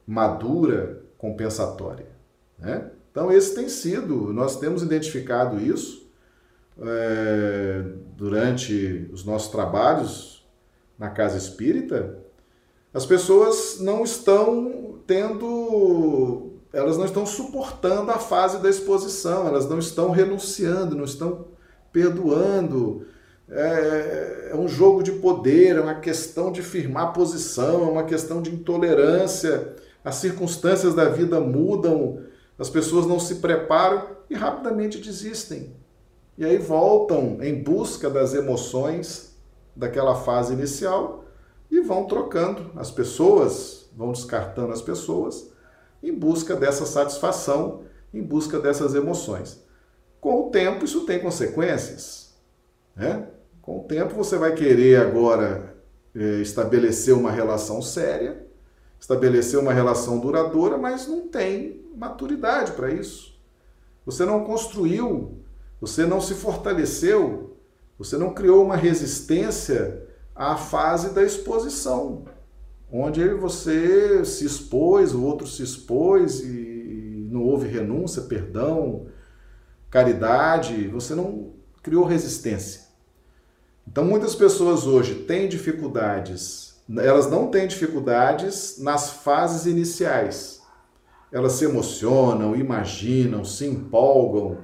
madura, compensatória, né? Então, esse tem sido, nós temos identificado isso é, durante os nossos trabalhos na casa espírita. As pessoas não estão tendo, elas não estão suportando a fase da exposição, elas não estão renunciando, não estão perdoando. É, é um jogo de poder, é uma questão de firmar posição, é uma questão de intolerância. As circunstâncias da vida mudam, as pessoas não se preparam e rapidamente desistem. E aí voltam em busca das emoções daquela fase inicial e vão trocando as pessoas, vão descartando as pessoas em busca dessa satisfação, em busca dessas emoções. Com o tempo, isso tem consequências, né? Com o tempo, você vai querer agora é, estabelecer uma relação séria, estabelecer uma relação duradoura, mas não tem maturidade para isso. Você não construiu, você não se fortaleceu, você não criou uma resistência à fase da exposição, onde você se expôs, o outro se expôs e não houve renúncia, perdão, caridade, você não criou resistência. Então, muitas pessoas hoje têm dificuldades, elas não têm dificuldades nas fases iniciais. Elas se emocionam, imaginam, se empolgam.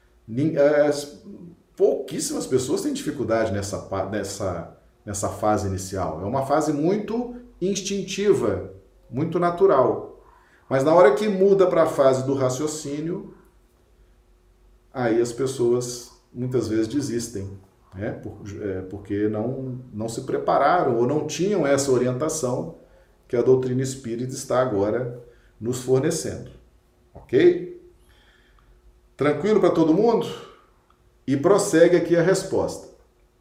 Pouquíssimas pessoas têm dificuldade nessa, nessa, nessa fase inicial. É uma fase muito instintiva, muito natural. Mas na hora que muda para a fase do raciocínio, aí as pessoas muitas vezes desistem, né? Por, é, porque não, não se prepararam ou não tinham essa orientação que a doutrina espírita está agora nos fornecendo. Ok? Tranquilo para todo mundo? E prossegue aqui a resposta.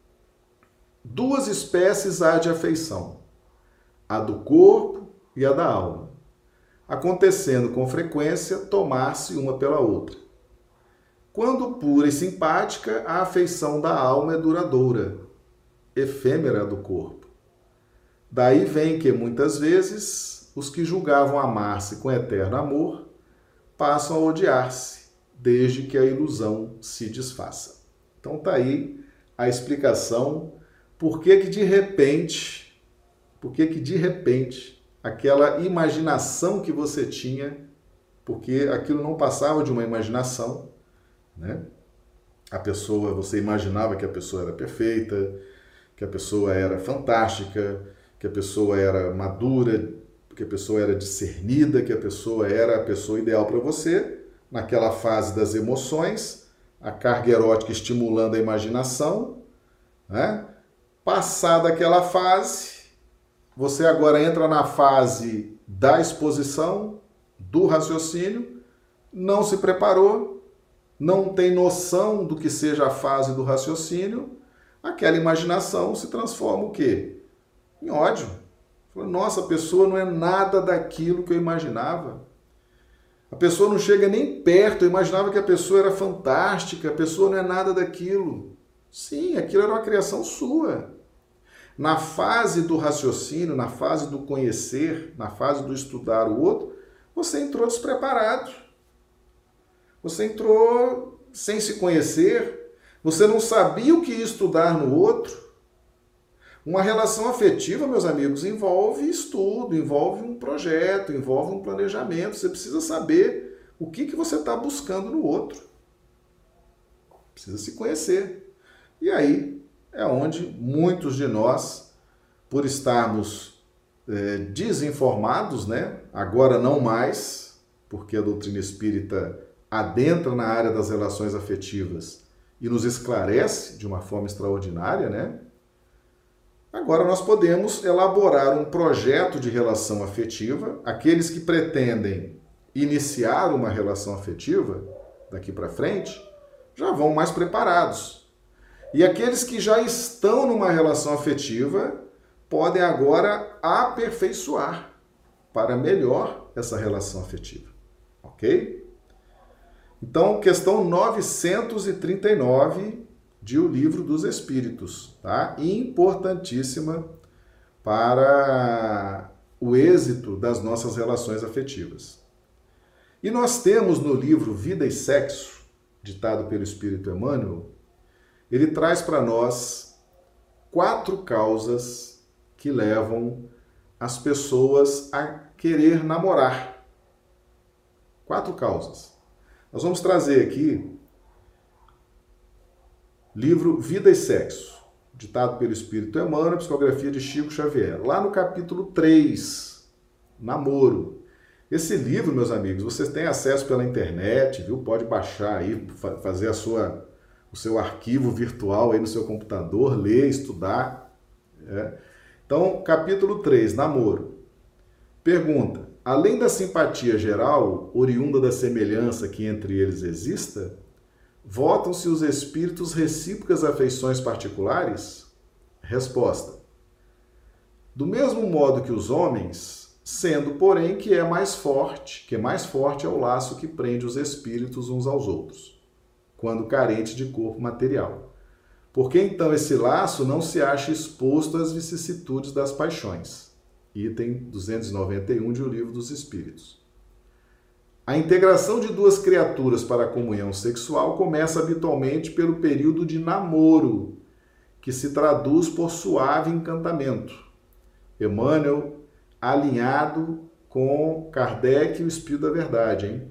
Duas espécies há de afeição, a do corpo e a da alma, acontecendo com frequência tomar-se uma pela outra. Quando pura e simpática, a afeição da alma é duradoura, efêmera do corpo. Daí vem que, muitas vezes, os que julgavam amar-se com eterno amor passam a odiar-se, desde que a ilusão se desfaça. Então tá aí a explicação por que que de repente, por que que de repente, aquela imaginação que você tinha, porque aquilo não passava de uma imaginação, né? A pessoa, você imaginava que a pessoa era perfeita, que a pessoa era fantástica, que a pessoa era madura, que a pessoa era discernida, que a pessoa era a pessoa ideal para você, naquela fase das emoções, a carga erótica estimulando a imaginação, né? Passada aquela fase, você agora entra na fase da exposição, do raciocínio, não se preparou, não tem noção do que seja a fase do raciocínio, aquela imaginação se transforma o quê? Em ódio. Nossa, a pessoa não é nada daquilo que eu imaginava. A pessoa não chega nem perto, eu imaginava que a pessoa era fantástica, a pessoa não é nada daquilo. Sim, aquilo era uma criação sua. Na fase do raciocínio, na fase do conhecer, na fase do estudar o outro, você entrou despreparado. Você entrou sem se conhecer, você não sabia o que ia estudar no outro. Uma relação afetiva, meus amigos, envolve estudo, envolve um projeto, envolve um planejamento. Você precisa saber o que, que você está buscando no outro. Precisa se conhecer. E aí é onde muitos de nós, por estarmos é, desinformados, né? Agora não mais, porque a doutrina espírita adentra na área das relações afetivas e nos esclarece de uma forma extraordinária, né? Agora nós podemos elaborar um projeto de relação afetiva. Aqueles que pretendem iniciar uma relação afetiva daqui para frente já vão mais preparados. E aqueles que já estão numa relação afetiva podem agora aperfeiçoar para melhor essa relação afetiva. Ok? Então, questão novecentos e trinta e nove de O Livro dos Espíritos, tá? Importantíssima para o êxito das nossas relações afetivas. E nós temos no livro Vida e Sexo, ditado pelo Espírito Emmanuel, ele traz para nós quatro causas que levam as pessoas a querer namorar. Quatro causas. Nós vamos trazer aqui livro Vida e Sexo, ditado pelo Espírito Emmanuel, psicografia de Chico Xavier. Lá no capítulo três, Namoro. Esse livro, meus amigos, vocês têm acesso pela internet, viu? Pode baixar aí, fazer a sua, o seu arquivo virtual aí no seu computador, ler, estudar. É. Então, capítulo três, Namoro. Pergunta: além da simpatia geral, oriunda da semelhança que entre eles exista, votam-se os espíritos recíprocas afeições particulares? Resposta: do mesmo modo que os homens, sendo, porém, que é mais forte, que é mais forte é o laço que prende os espíritos uns aos outros, quando carente de corpo material. Porque então esse laço não se acha exposto às vicissitudes das paixões. Item duzentos e noventa e um de O Livro dos Espíritos. A integração de duas criaturas para a comunhão sexual começa habitualmente pelo período de namoro, que se traduz por suave encantamento. Emmanuel, alinhado com Kardec e o Espírito da Verdade, hein?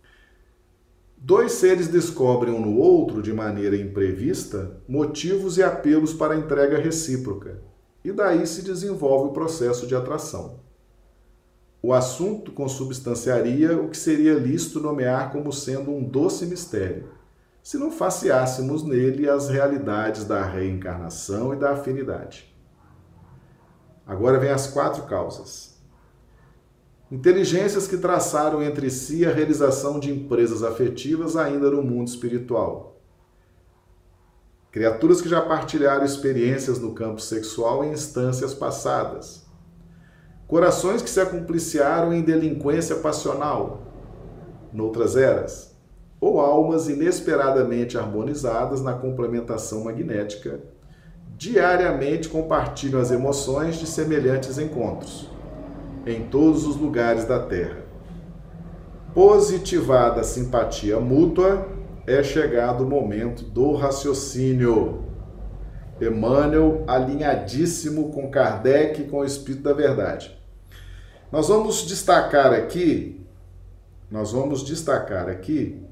Dois seres descobrem um no outro, de maneira imprevista, motivos e apelos para a entrega recíproca, e daí se desenvolve o processo de atração. O assunto consubstanciaria o que seria lícito nomear como sendo um doce mistério, se não faceássemos nele as realidades da reencarnação e da afinidade. Agora vem as quatro causas. Inteligências que traçaram entre si a realização de empresas afetivas ainda no mundo espiritual. Criaturas que já partilharam experiências no campo sexual em instâncias passadas. Corações que se acumpliciaram em delinquência passional, noutras eras. Ou almas inesperadamente harmonizadas na complementação magnética, diariamente compartilham as emoções de semelhantes encontros, em todos os lugares da Terra. Positivada a simpatia mútua, é chegado o momento do raciocínio. Emmanuel, alinhadíssimo com Kardec e com o Espírito da Verdade. Nós vamos destacar aqui, nós vamos destacar aqui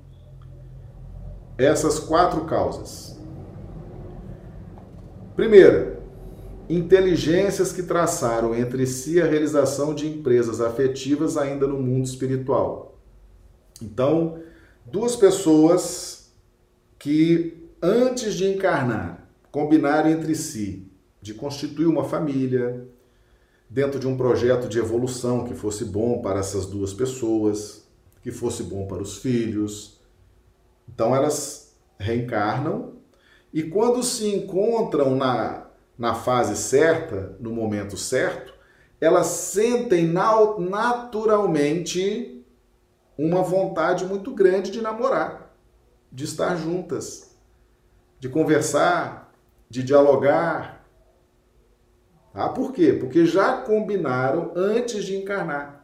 essas quatro causas. Primeira, inteligências que traçaram entre si a realização de empresas afetivas ainda no mundo espiritual. Então, duas pessoas que, antes de encarnar, combinaram entre si de constituir uma família, dentro de um projeto de evolução que fosse bom para essas duas pessoas, que fosse bom para os filhos. Então, elas reencarnam. E quando se encontram na, na fase certa, no momento certo, elas sentem na, naturalmente uma vontade muito grande de namorar, de estar juntas, de conversar, de dialogar. Ah, por quê? Porque já combinaram antes de encarnar.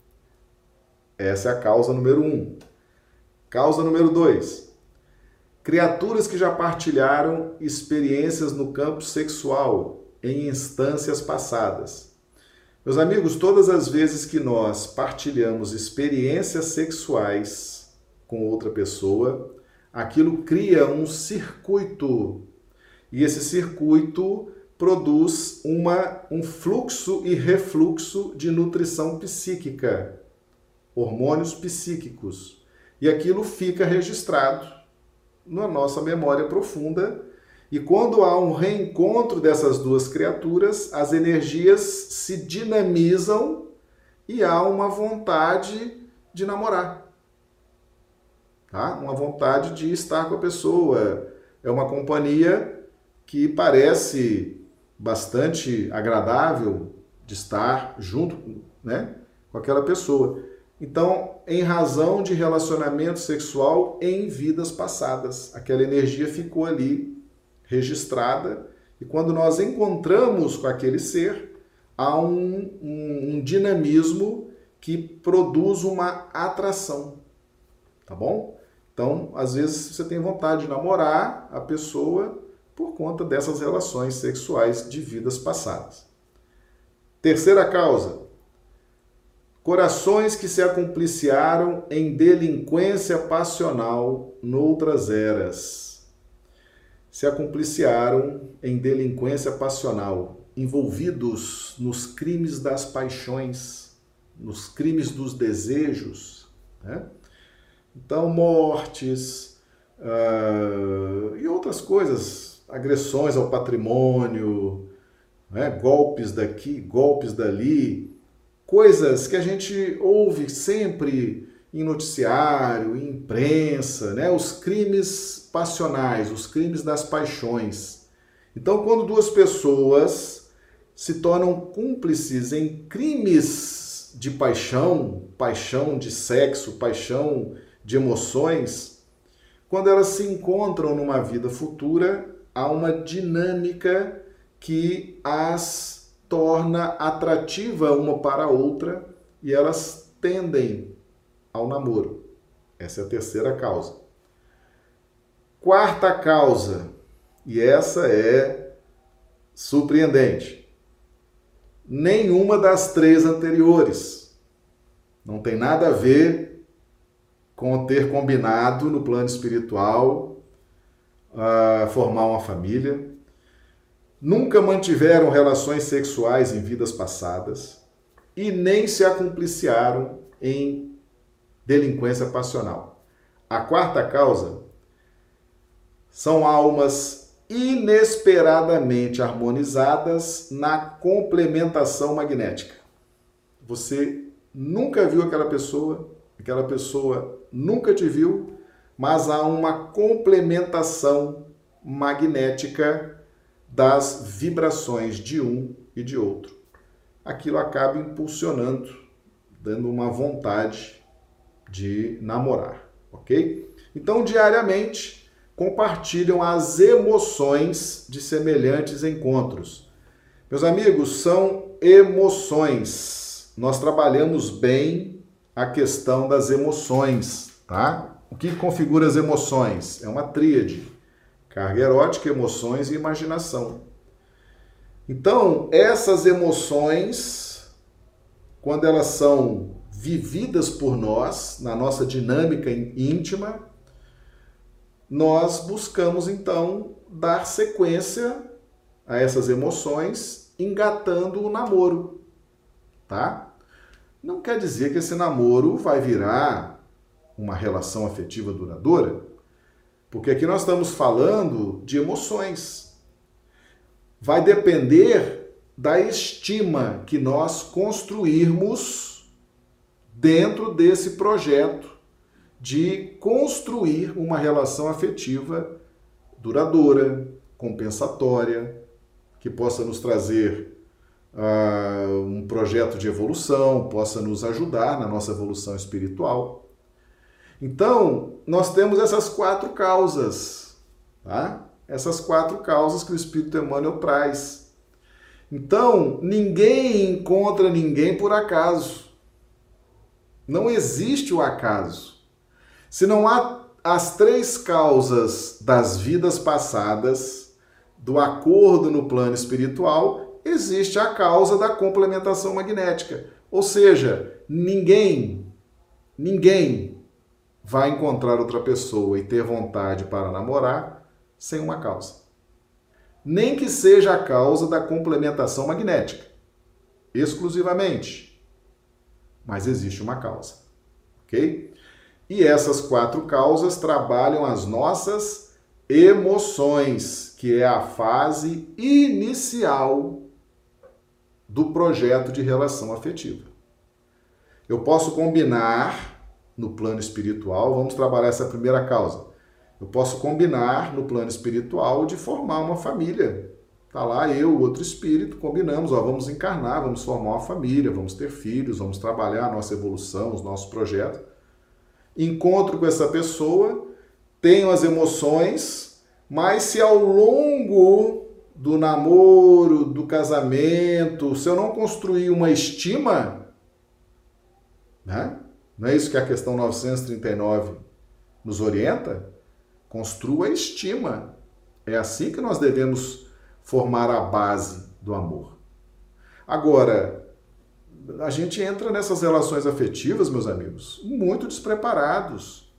Essa é a causa número um. Causa número dois. Criaturas que já partilharam experiências no campo sexual em instâncias passadas. Meus amigos, todas as vezes que nós partilhamos experiências sexuais com outra pessoa, aquilo cria um circuito. E esse circuito produz uma, um fluxo e refluxo de nutrição psíquica, hormônios psíquicos. E aquilo fica registrado na nossa memória profunda, e quando há um reencontro dessas duas criaturas, as energias se dinamizam e há uma vontade de namorar, tá? Uma vontade de estar com a pessoa. É uma companhia que parece bastante agradável de estar junto, né, com aquela pessoa. Então, em razão de relacionamento sexual em vidas passadas, aquela energia ficou ali registrada, e quando nós encontramos com aquele ser, há um, um, um dinamismo que produz uma atração, tá bom? Então, às vezes você tem vontade de namorar a pessoa por conta dessas relações sexuais de vidas passadas. Terceira causa, corações que se acumpliciaram em delinquência passional noutras eras. Se acumpliciaram em delinquência passional, envolvidos nos crimes das paixões, nos crimes dos desejos, né? Então, mortes uh, e outras coisas, agressões ao patrimônio, né? Golpes daqui, golpes dali, coisas que a gente ouve sempre em noticiário, em imprensa, né? Os crimes passionais, os crimes das paixões. Então, quando duas pessoas se tornam cúmplices em crimes de paixão, paixão de sexo, paixão de emoções, quando elas se encontram numa vida futura, há uma dinâmica que as torna atrativa uma para a outra e elas tendem ao namoro. Essa é a terceira causa. Quarta causa, e essa é surpreendente. Nenhuma das três anteriores. Não tem nada a ver com ter combinado no plano espiritual uh, formar uma família. Nunca mantiveram relações sexuais em vidas passadas e nem se acumpliciaram em delinquência passional. A quarta causa são almas inesperadamente harmonizadas na complementação magnética. Você nunca viu aquela pessoa, aquela pessoa nunca te viu, mas há uma complementação magnética das vibrações de um e de outro. Aquilo acaba impulsionando, dando uma vontade de namorar, ok? Então, diariamente, compartilham as emoções de semelhantes encontros. Meus amigos, são emoções. Nós trabalhamos bem a questão das emoções, tá? O que configura as emoções? É uma tríade. Carga erótica, emoções e imaginação. Então, essas emoções, quando elas são vividas por nós, na nossa dinâmica íntima, nós buscamos, então, dar sequência a essas emoções, engatando o namoro, tá? Não quer dizer que esse namoro vai virar uma relação afetiva duradoura, porque aqui nós estamos falando de emoções. Vai depender da estima que nós construirmos dentro desse projeto de construir uma relação afetiva duradoura, compensatória, que possa nos trazer uh, um projeto de evolução, possa nos ajudar na nossa evolução espiritual. Então, nós temos essas quatro causas, tá? Essas quatro causas que o Espírito Emmanuel traz. Então, ninguém encontra ninguém por acaso. Não existe o acaso. Se não há as três causas das vidas passadas, do acordo no plano espiritual, existe a causa da complementação magnética. Ou seja, ninguém, ninguém vai encontrar outra pessoa e ter vontade para namorar sem uma causa. Nem que seja a causa da complementação magnética, exclusivamente. Mas existe uma causa, ok? E essas quatro causas trabalham as nossas emoções, que é a fase inicial do projeto de relação afetiva. Eu posso combinar no plano espiritual, vamos trabalhar essa primeira causa. Eu posso combinar no plano espiritual de formar uma família. Tá lá eu, o outro espírito, combinamos, ó, vamos encarnar, vamos formar uma família, vamos ter filhos, vamos trabalhar a nossa evolução, os nossos projetos. Encontro com essa pessoa, tenho as emoções, mas se ao longo do namoro, do casamento, se eu não construir uma estima, né? Não é isso que a questão novecentos e trinta e nove nos orienta? Construa a estima. É assim que nós devemos formar a base do amor. Agora, a gente entra nessas relações afetivas, meus amigos, muito despreparados.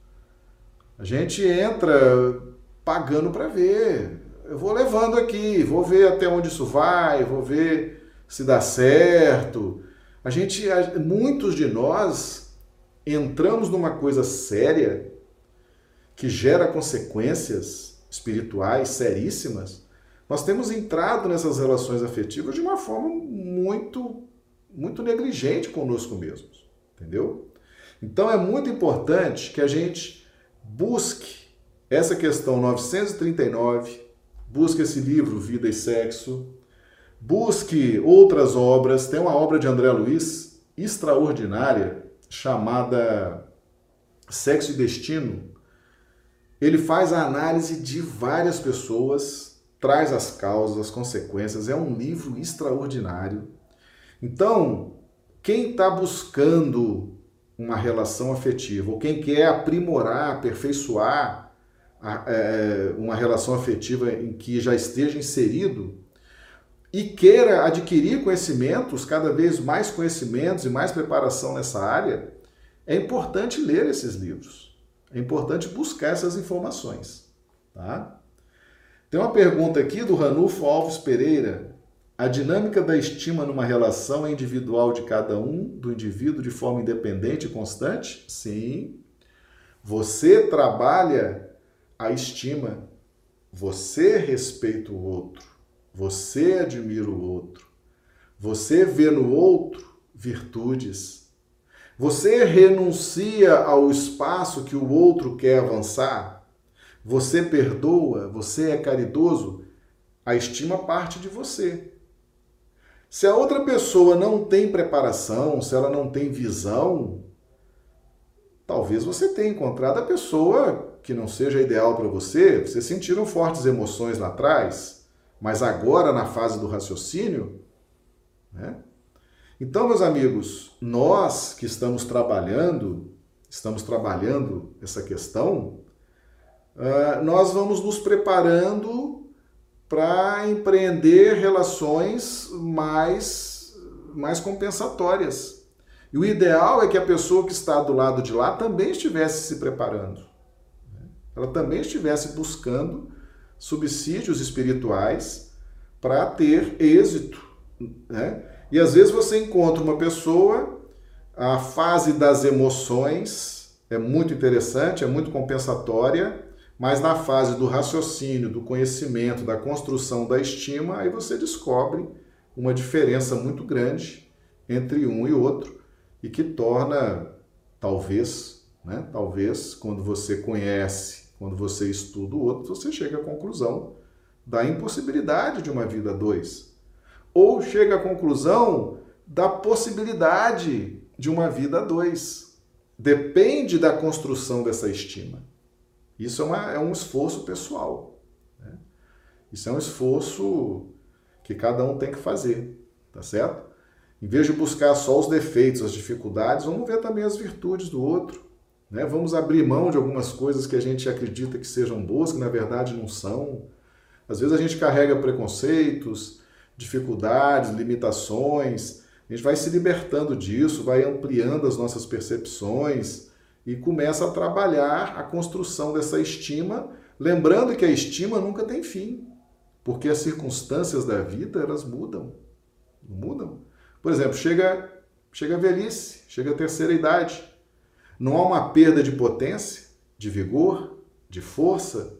A gente entra pagando para ver. Eu vou levando aqui, vou ver até onde isso vai, vou ver se dá certo. A gente, muitos de nós entramos numa coisa séria que gera consequências espirituais seríssimas. Nós temos entrado nessas relações afetivas de uma forma muito, muito negligente conosco mesmos, entendeu? Então é muito importante que a gente busque essa questão novecentos e trinta e nove, busque esse livro Vida e Sexo, busque outras obras. Tem uma obra de André Luiz extraordinária chamada Sexo e Destino. Ele faz a análise de várias pessoas, traz as causas, as consequências. É um livro extraordinário. Então, quem está buscando uma relação afetiva, ou quem quer aprimorar, aperfeiçoar a, é, uma relação afetiva em que já esteja inserido e queira adquirir conhecimentos, cada vez mais conhecimentos e mais preparação nessa área, é importante ler esses livros. É importante buscar essas informações. Tá? Tem uma pergunta aqui do Ranulfo Alves Pereira. A dinâmica da estima numa relação é individual de cada um, do indivíduo de forma independente e constante? Sim. Você trabalha a estima. Você respeita o outro. Você admira o outro. Você vê no outro virtudes. Você renuncia ao espaço que o outro quer avançar. Você perdoa. Você é caridoso. A estima parte de você. Se a outra pessoa não tem preparação, se ela não tem visão, talvez você tenha encontrado a pessoa que não seja ideal para você. Vocês sentiram fortes emoções lá atrás, mas agora na fase do raciocínio, né? Então, meus amigos, nós que estamos trabalhando, estamos trabalhando essa questão, nós vamos nos preparando para empreender relações mais, mais compensatórias. E o ideal é que a pessoa que está do lado de lá também estivesse se preparando. Ela também estivesse buscando subsídios espirituais para ter êxito, né? E às vezes você encontra uma pessoa, a fase das emoções é muito interessante, é muito compensatória, mas na fase do raciocínio, do conhecimento, da construção da estima, aí você descobre uma diferença muito grande entre um e outro e que torna, talvez, né, talvez, quando você conhece, quando você estuda o outro, você chega à conclusão da impossibilidade de uma vida a dois. Ou chega à conclusão da possibilidade de uma vida a dois. Depende da construção dessa estima. Isso é, uma, é um esforço pessoal. Né? Isso é um esforço que cada um tem que fazer, tá certo? Em vez de buscar só os defeitos, as dificuldades, vamos ver também as virtudes do outro. Né? Vamos abrir mão de algumas coisas que a gente acredita que sejam boas, que na verdade não são. Às vezes a gente carrega preconceitos, dificuldades, limitações, a gente vai se libertando disso, vai ampliando as nossas percepções e começa a trabalhar a construção dessa estima, lembrando que a estima nunca tem fim, porque as circunstâncias da vida, elas mudam, mudam. Por exemplo, chega, chega a velhice, chega a terceira idade, não há uma perda de potência, de vigor, de força,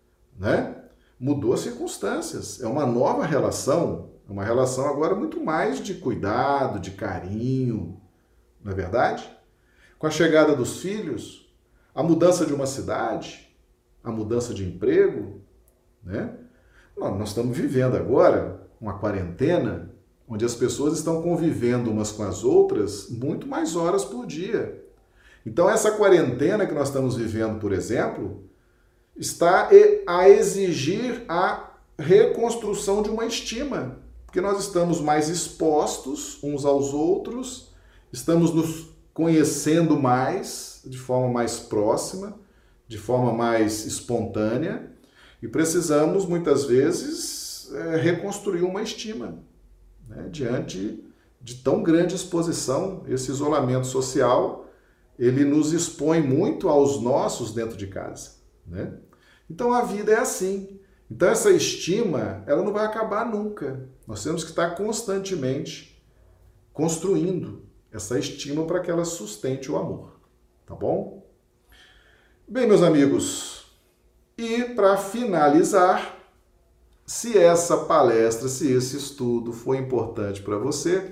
né? Mudou as circunstâncias, é uma nova relação, é uma relação agora muito mais de cuidado, de carinho, não é verdade? Com a chegada dos filhos, a mudança de uma cidade, a mudança de emprego, né? Nós estamos vivendo agora uma quarentena onde as pessoas estão convivendo umas com as outras muito mais horas por dia. Então essa quarentena que nós estamos vivendo, por exemplo, está a exigir a reconstrução de uma estima, porque nós estamos mais expostos uns aos outros, estamos nos conhecendo mais, de forma mais próxima, de forma mais espontânea, e precisamos, muitas vezes, é, reconstruir uma estima, né? Diante de tão grande exposição. Esse isolamento social, ele nos expõe muito aos nossos dentro de casa, né? Então a vida é assim. Então essa estima, ela não vai acabar nunca. Nós temos que estar constantemente construindo essa estima para que ela sustente o amor, tá bom? Bem, meus amigos, e para finalizar, se essa palestra, se esse estudo foi importante para você,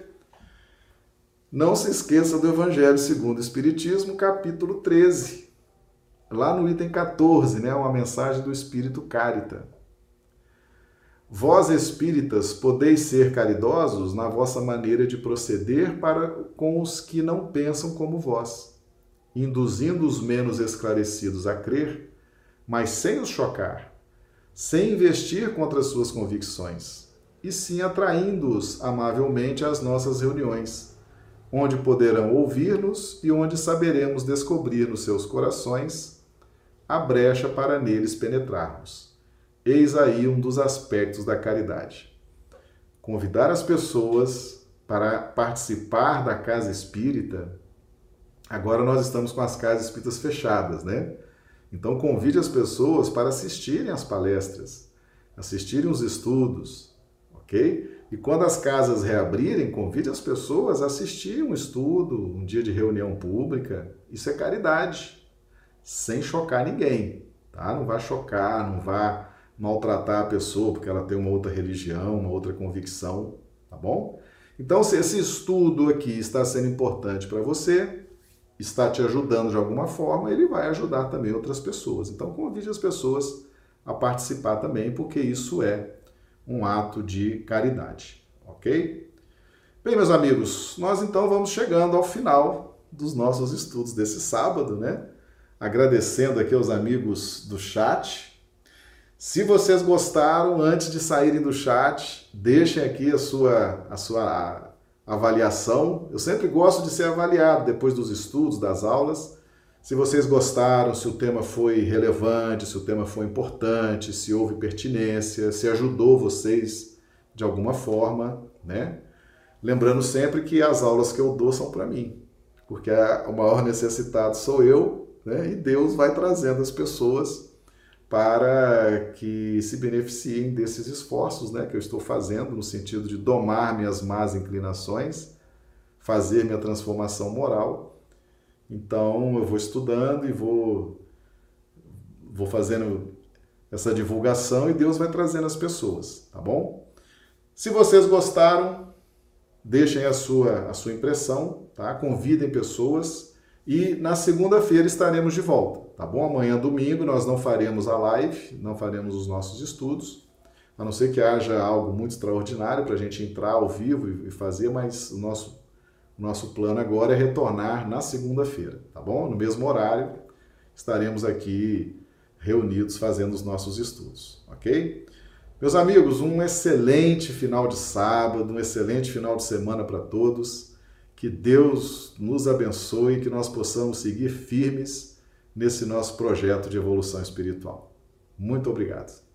não se esqueça do Evangelho segundo o Espiritismo, capítulo treze, lá no item quatorze, né, uma mensagem do Espírito Carita. Vós, espíritas, podeis ser caridosos na vossa maneira de proceder para com os que não pensam como vós, induzindo os menos esclarecidos a crer, mas sem os chocar, sem investir contra as suas convicções, e sim atraindo-os amavelmente às nossas reuniões, onde poderão ouvir-nos e onde saberemos descobrir nos seus corações a brecha para neles penetrarmos. Eis aí um dos aspectos da caridade. Convidar as pessoas para participar da casa espírita. Agora nós estamos com as casas espíritas fechadas, né? Então convide as pessoas para assistirem às palestras, assistirem os estudos, ok? E quando as casas reabrirem, convide as pessoas a assistirem um estudo, um dia de reunião pública. Isso é caridade, sem chocar ninguém, tá? Não vai chocar, não vai maltratar a pessoa porque ela tem uma outra religião, uma outra convicção, tá bom? Então, se esse estudo aqui está sendo importante para você, está te ajudando de alguma forma, ele vai ajudar também outras pessoas. Então, convide as pessoas a participar também, porque isso é um ato de caridade, ok? Bem, meus amigos, nós então vamos chegando ao final dos nossos estudos desse sábado, né? Agradecendo aqui aos amigos do chat. Se vocês gostaram, antes de saírem do chat, deixem aqui a sua, a sua avaliação. Eu sempre gosto de ser avaliado depois dos estudos, das aulas. Se vocês gostaram, se o tema foi relevante, se o tema foi importante, se houve pertinência, se ajudou vocês de alguma forma, né? Lembrando sempre que as aulas que eu dou são para mim, porque o maior necessitado sou eu, né? E Deus vai trazendo as pessoas para que se beneficiem desses esforços, né, que eu estou fazendo no sentido de domar minhas más inclinações, fazer minha transformação moral. Então eu vou estudando e vou, vou fazendo essa divulgação e Deus vai trazendo as pessoas, tá bom? Se vocês gostaram, deixem a sua, a sua impressão, tá? Convidem pessoas. E na segunda-feira estaremos de volta, tá bom? Amanhã, domingo, nós não faremos a live, não faremos os nossos estudos, a não ser que haja algo muito extraordinário para a gente entrar ao vivo e fazer, mas o nosso, o nosso plano agora é retornar na segunda-feira, tá bom? No mesmo horário, estaremos aqui reunidos fazendo os nossos estudos, ok? Meus amigos, um excelente final de sábado, um excelente final de semana para todos. Que Deus nos abençoe e que nós possamos seguir firmes nesse nosso projeto de evolução espiritual. Muito obrigado.